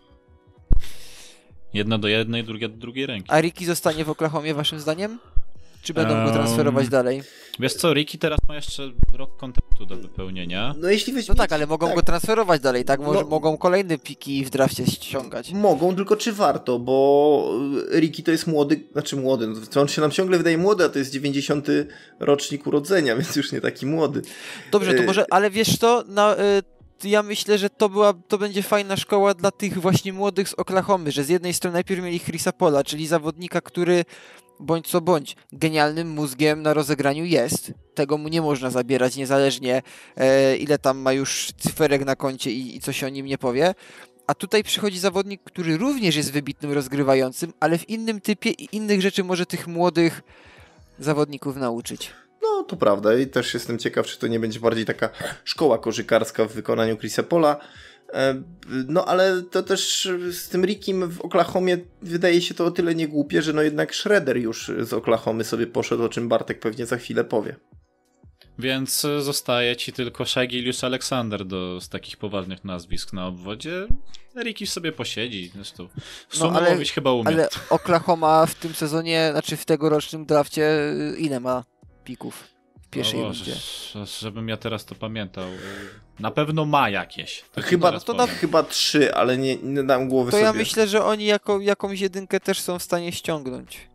Jedna do jednej, druga do drugiej ręki. A Ricky zostanie w Oklahomie waszym zdaniem? Czy będą go transferować dalej? Wiesz co, Ricky teraz ma jeszcze rok kontraktu do wypełnienia. No jeśli weźmiecie... No tak, ale mogą go transferować dalej, tak? Może mogą kolejne piki w drafcie ściągać. Mogą, tylko czy warto, bo Ricky to jest młody, no, on się nam ciągle wydaje młody, a to jest 90. rocznik urodzenia, więc już nie taki młody. Dobrze, to może, ale wiesz co, ja myślę, że to będzie fajna szkoła dla tych właśnie młodych z Oklahomy, że z jednej strony najpierw mieli Chrisa Paula, czyli zawodnika, który bądź co bądź genialnym mózgiem na rozegraniu jest. Tego mu nie można zabierać, niezależnie ile tam ma już cyferek na koncie i co się o nim nie powie. A tutaj przychodzi zawodnik, który również jest wybitnym rozgrywającym, ale w innym typie i innych rzeczy może tych młodych zawodników nauczyć. No, to prawda i też jestem ciekaw, czy to nie będzie bardziej taka szkoła koszykarska w wykonaniu Chrisa Paula. No, ale to też z tym Rickiem w Oklahomie wydaje się to o tyle niegłupie, że no jednak Schroeder już z Oklahomy sobie poszedł, o czym Bartek pewnie za chwilę powie. Więc zostaje ci tylko Shai Gilgeous-Alexander z takich poważnych nazwisk na obwodzie. Ricky sobie posiedzi, zresztą sumować chyba umie. Ale Oklahoma w tym sezonie, znaczy w tegorocznym drafcie, ile ma pików w pierwszej rundzie? Żebym ja teraz to pamiętał. Na pewno ma jakieś. Chyba 3, ale nie dam głowy to sobie. Ja myślę, że oni jakąś jedynkę też są w stanie ściągnąć.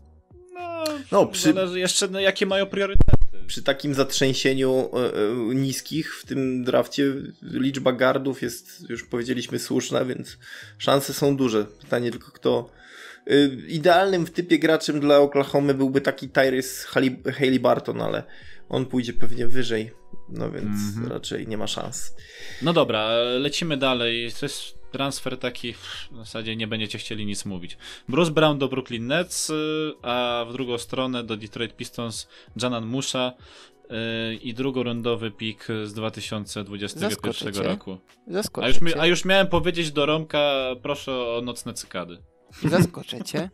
Zależy jeszcze jakie mają priorytety. Przy takim zatrzęsieniu niskich w tym drafcie liczba guardów jest, już powiedzieliśmy, słuszna, więc szanse są duże. Pytanie tylko kto... Idealnym w typie graczem dla Oklahomy byłby taki Tyrese Haliburton, ale on pójdzie pewnie wyżej, no więc raczej nie ma szans. No dobra, lecimy dalej. To jest transfer taki, w zasadzie nie będziecie chcieli nic mówić. Bruce Brown do Brooklyn Nets, a w drugą stronę do Detroit Pistons Janan Musha i drugorundowy pik z 2021 roku. A już miałem powiedzieć do Romka, proszę o nocne cykady. Zaskoczę cię.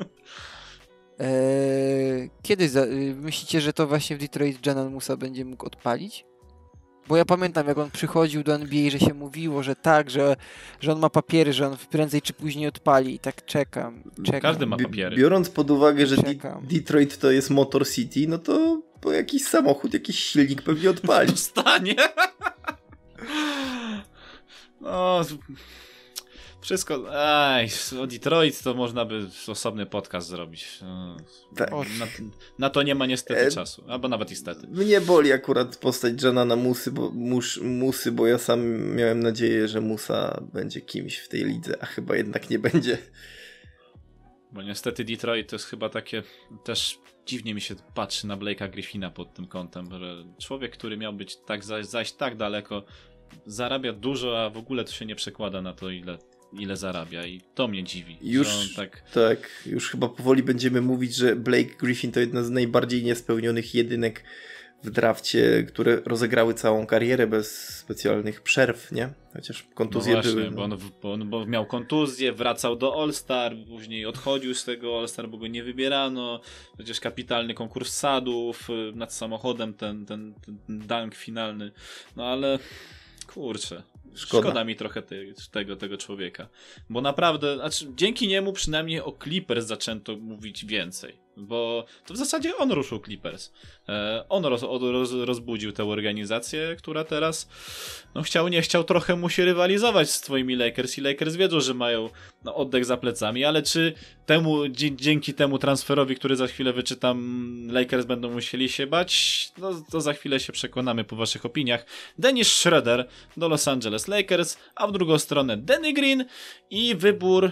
Kiedy myślicie, że to właśnie w Detroit Janan Musha będzie mógł odpalić? Bo ja pamiętam, jak on przychodził do NBA, że się mówiło, że tak, że on ma papiery, że on prędzej czy później odpali i tak czekam. Każdy ma papiery. Biorąc pod uwagę, że Detroit to jest Motor City, no to jakiś samochód, jakiś silnik pewnie odpali. Dostanie. No... Wszystko, o Detroit to można by osobny podcast zrobić. Tak. Na to nie ma niestety czasu, albo nawet niestety. Mnie boli akurat postać Janana Musy, bo ja sam miałem nadzieję, że Musa będzie kimś w tej lidze, a chyba jednak nie będzie. Bo niestety Detroit to jest chyba takie, też dziwnie mi się patrzy na Blake'a Griffina pod tym kątem, że człowiek, który miał być zajść tak daleko, zarabia dużo, a w ogóle to się nie przekłada na to, ile zarabia i to mnie dziwi. Już chyba powoli będziemy mówić, że Blake Griffin to jedna z najbardziej niespełnionych jedynek w drafcie, które rozegrały całą karierę bez specjalnych przerw, nie? Chociaż kontuzje no właśnie, były. Bo miał kontuzję, wracał do All-Star, później odchodził z tego All-Star, bo go nie wybierano. Przecież kapitalny konkurs sadów nad samochodem, ten dunk finalny. No ale kurczę. Szkoda mi trochę tego człowieka. Bo naprawdę, dzięki niemu przynajmniej o Clippers zaczęto mówić więcej. Bo to w zasadzie on ruszył Clippers. On rozbudził tę organizację, która teraz chciał nie chciał, trochę musi rywalizować z twoimi Lakers i Lakers wiedzą, że mają oddech za plecami, ale czy dzięki temu transferowi, który za chwilę wyczytam, Lakers będą musieli się bać? No to za chwilę się przekonamy po waszych opiniach. Dennis Schroeder do Los Angeles Lakers, a w drugą stronę Danny Green i wybór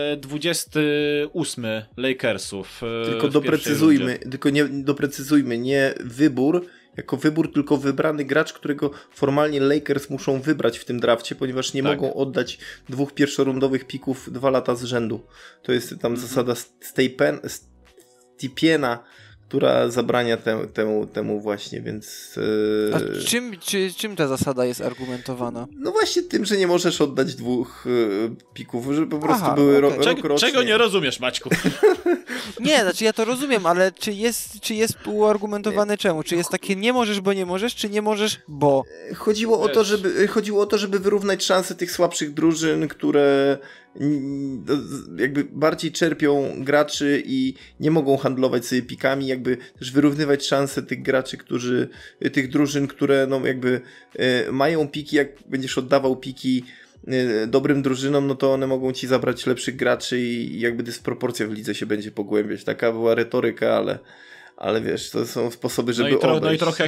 28 Lakersów. Doprecyzujmy, nie wybór jako wybór, tylko wybrany gracz, którego formalnie Lakers muszą wybrać w tym drafcie, ponieważ nie mogą oddać 2 pierwszorundowych pików 2 lata z rzędu. To jest tam zasada Stipiena, która zabrania temu właśnie, więc... A czym ta zasada jest argumentowana? No właśnie tym, że nie możesz oddać 2 pików, że po prostu były rokrocznie. Czego nie rozumiesz, Maćku? Nie, znaczy ja to rozumiem, ale czy jest uargumentowane czemu? Czy jest takie nie możesz, bo nie możesz, czy nie możesz, bo... Chodziło o to, żeby wyrównać szanse tych słabszych drużyn, które jakby bardziej czerpią graczy i nie mogą handlować sobie pikami, jakby też wyrównywać szanse tych graczy, tych drużyn, które jakby mają piki, jak będziesz oddawał piki dobrym drużynom, no to one mogą ci zabrać lepszych graczy i jakby dysproporcja w lidze się będzie pogłębiać. Taka była retoryka, ale wiesz, to są sposoby, żeby i trochę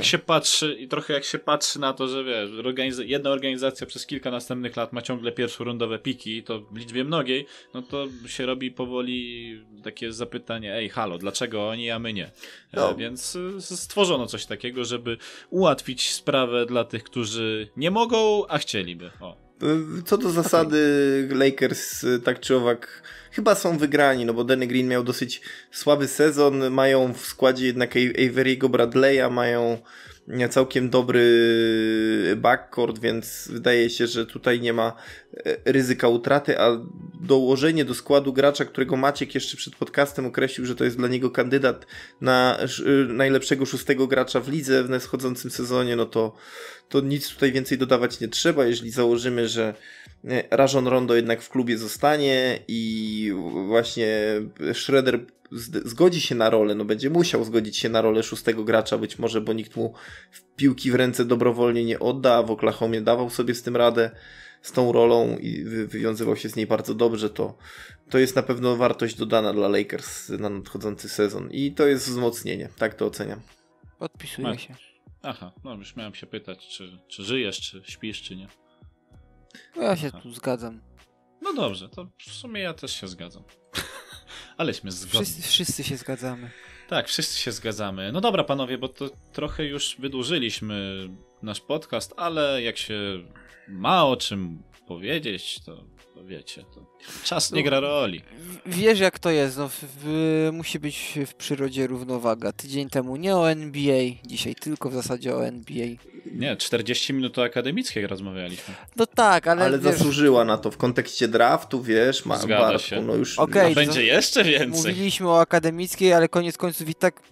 jak się patrzy na to, że wiesz, jedna organizacja przez kilka następnych lat ma ciągle pierwszorundowe piki, to w liczbie mnogiej, no to się robi powoli takie zapytanie, halo, dlaczego oni, a my nie? Więc stworzono coś takiego, żeby ułatwić sprawę dla tych, którzy nie mogą, a chcieliby. Co do zasady, Lakers tak czy owak chyba są wygrani, no bo Danny Green miał dosyć słaby sezon, mają w składzie jednak Avery'ego Bradley'a, mają całkiem dobry backcourt, więc wydaje się, że tutaj nie ma ryzyka utraty, a dołożenie do składu gracza, którego Maciek jeszcze przed podcastem określił, że to jest dla niego kandydat na najlepszego 6. gracza w lidze w nadchodzącym sezonie, no to nic tutaj więcej dodawać nie trzeba, jeżeli założymy, że Rajon Rondo jednak w klubie zostanie i właśnie Schroeder zgodzi się na rolę, będzie musiał zgodzić się na rolę 6. gracza, być może, bo nikt mu piłki w ręce dobrowolnie nie odda, a w Oklahomie dawał sobie z tym radę, z tą rolą i wywiązywał się z niej bardzo dobrze, to jest na pewno wartość dodana dla Lakers na nadchodzący sezon i to jest wzmocnienie, tak to oceniam. Podpisuję się. Aha, już miałem się pytać, czy żyjesz, czy śpisz, czy nie. No ja się tu zgadzam. No dobrze, to w sumie ja też się zgadzam. Aleśmy zgodni. Wszyscy się zgadzamy. Tak, wszyscy się zgadzamy. No dobra, panowie, bo to trochę już wydłużyliśmy nasz podcast, ale jak się ma o czym powiedzieć, to wiecie, to czas nie gra roli. Wiesz jak to jest, musi być w przyrodzie równowaga. Tydzień temu nie o NBA, dzisiaj tylko w zasadzie o NBA. Nie, 40 minut o akademickiej rozmawialiśmy. No tak, ale wiesz, zasłużyła na to w kontekście draftu, wiesz, Zgadza się. No już okay, będzie jeszcze więcej. Mówiliśmy o akademickiej, ale koniec końców i tak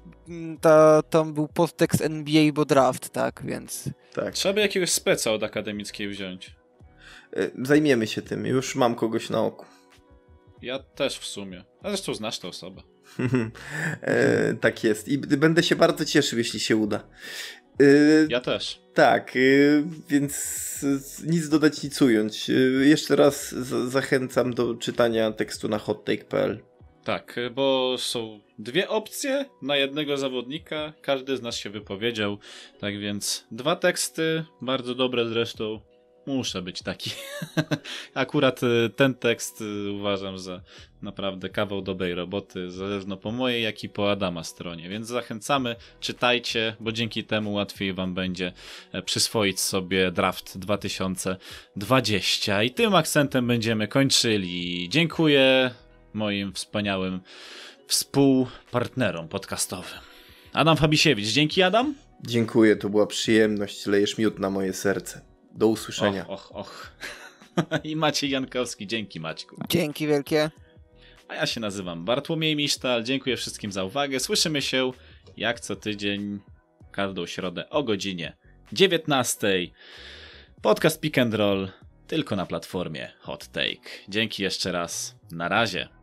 tam był podtekst NBA, bo draft, tak, więc... Tak. Trzeba by jakiegoś speca od akademickiej wziąć. Zajmiemy się tym, już mam kogoś na oku. Ja też w sumie. A zresztą znasz tę osobę. Tak jest i będę się bardzo cieszył, jeśli się uda. Ja też. Tak, więc nic dodać, nic ująć. Jeszcze raz zachęcam do czytania tekstu na hottake.pl. Tak, bo są dwie opcje na jednego zawodnika. Każdy z nas się wypowiedział. Tak więc 2 teksty, bardzo dobre zresztą. Muszę być taki. Akurat ten tekst uważam za naprawdę kawał dobrej roboty, zarówno po mojej, jak i po Adama stronie. Więc zachęcamy, czytajcie, bo dzięki temu łatwiej wam będzie przyswoić sobie draft 2020. I tym akcentem będziemy kończyli. Dziękuję moim wspaniałym współpartnerom podcastowym. Adam Fabisiewicz. Dzięki, Adam. Dziękuję, to była przyjemność. Lejesz miód na moje serce. Do usłyszenia. Och. I Maciej Jankowski. Dzięki, Maćku. Dzięki wielkie. A ja się nazywam Bartłomiej Misztal. Dziękuję wszystkim za uwagę. Słyszymy się jak co tydzień, każdą środę o godzinie 19. Podcast Pick and Roll tylko na platformie Hot Take. Dzięki jeszcze raz. Na razie.